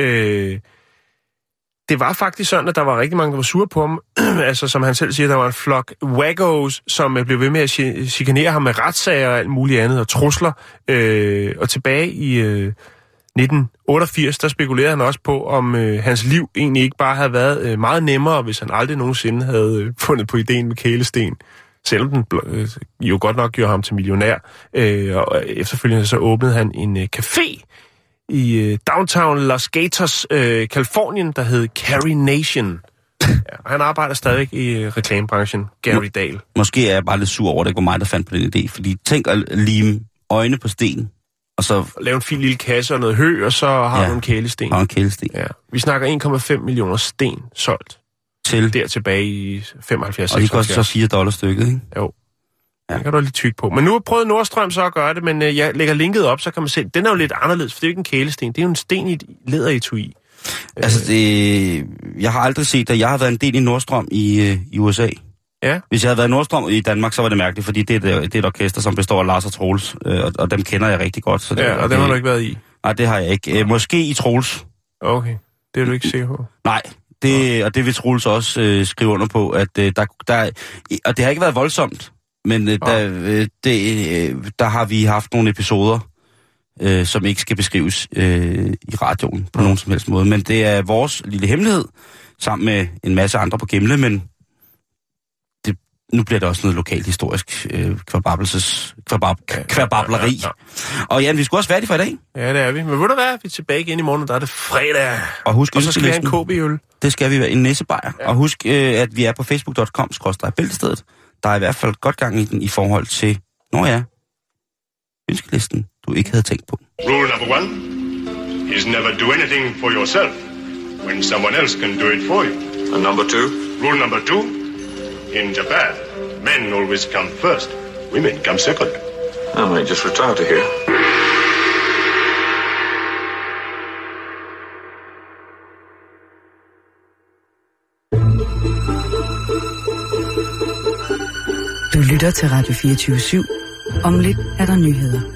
Det var faktisk sådan, at der var rigtig mange, der var sure på ham. Altså, som han selv siger, der var en flok waggos, som blev ved med at chikanere ham med retssager og alt muligt andet, og trusler. Og tilbage i 1988, der spekulerede han også på, om hans liv egentlig ikke bare havde været meget nemmere, hvis han aldrig nogensinde havde fundet på ideen med kælesten. Selvom den jo godt nok gjorde ham til millionær. Og efterfølgende så åbnede han en café i downtown Los Gatos, Californien, der hed Carrie Nation. Ja, han arbejder stadig i reklamebranchen, Gary Dahl. Måske er jeg bare lidt sur over, det ikke var mig, der fandt på den idé. Fordi tænk at lime øjne på sten, og så... Lave en fin lille kasse og noget hø, og så har du en kælesten. Og en kælesten. Ja. Vi snakker 1,5 millioner sten solgt. Til? Der tilbage i 75-76. Og de koster så $4 stykket, ikke? Jo. Ja. Det kan du lige tykke på. Men nu har jeg prøvet Nordstrøm så at gøre det, men jeg lægger linket op, så kan man se. Den er jo lidt anderledes, for det er jo ikke en kælesten. Det er jo en sten i et læderetui. Altså, jeg har aldrig set det. Jeg har været en del i Nordstrøm i USA. Ja. Hvis jeg havde været i Nordstrøm i Danmark, så var det mærkeligt, fordi det er et orkester, som består af Lars og Troels, og dem kender jeg rigtig godt. Så det, ja, og dem har du ikke været i? Nej, det har jeg ikke. Måske i Troels. Okay, det er du ikke sikker på? Nej. Og det vil Troels også skrive under på, at og det har ikke været voldsomt, men der har vi haft nogle episoder, som ikke skal beskrives i radioen på nogen som helst måde. Men det er vores lille hemmelighed, sammen med en masse andre på Gimle, men nu bliver det også noget lokalt historisk kvabableri. Ja. Og Jan, vi skulle også være færdige for i dag. Ja, det er vi. Men ved du hvad? Vi er tilbage igen i morgen, og der er det fredag. Og så skal vi have en KB-øl. Det skal vi være, en næsebajer. Ja. Og husk, at vi er på facebook.com/bæltestedet. Der er i hvert fald godt gang i den i forhold til, ønskelisten, du ikke havde tænkt på. Rule number 1 is never do anything for yourself when someone else can do it for you. And number 2? Rule number 2, in Japan, men always come first, women come second. I might just retire to here. lytter til Radio 24/7. Om lidt er der nyheder.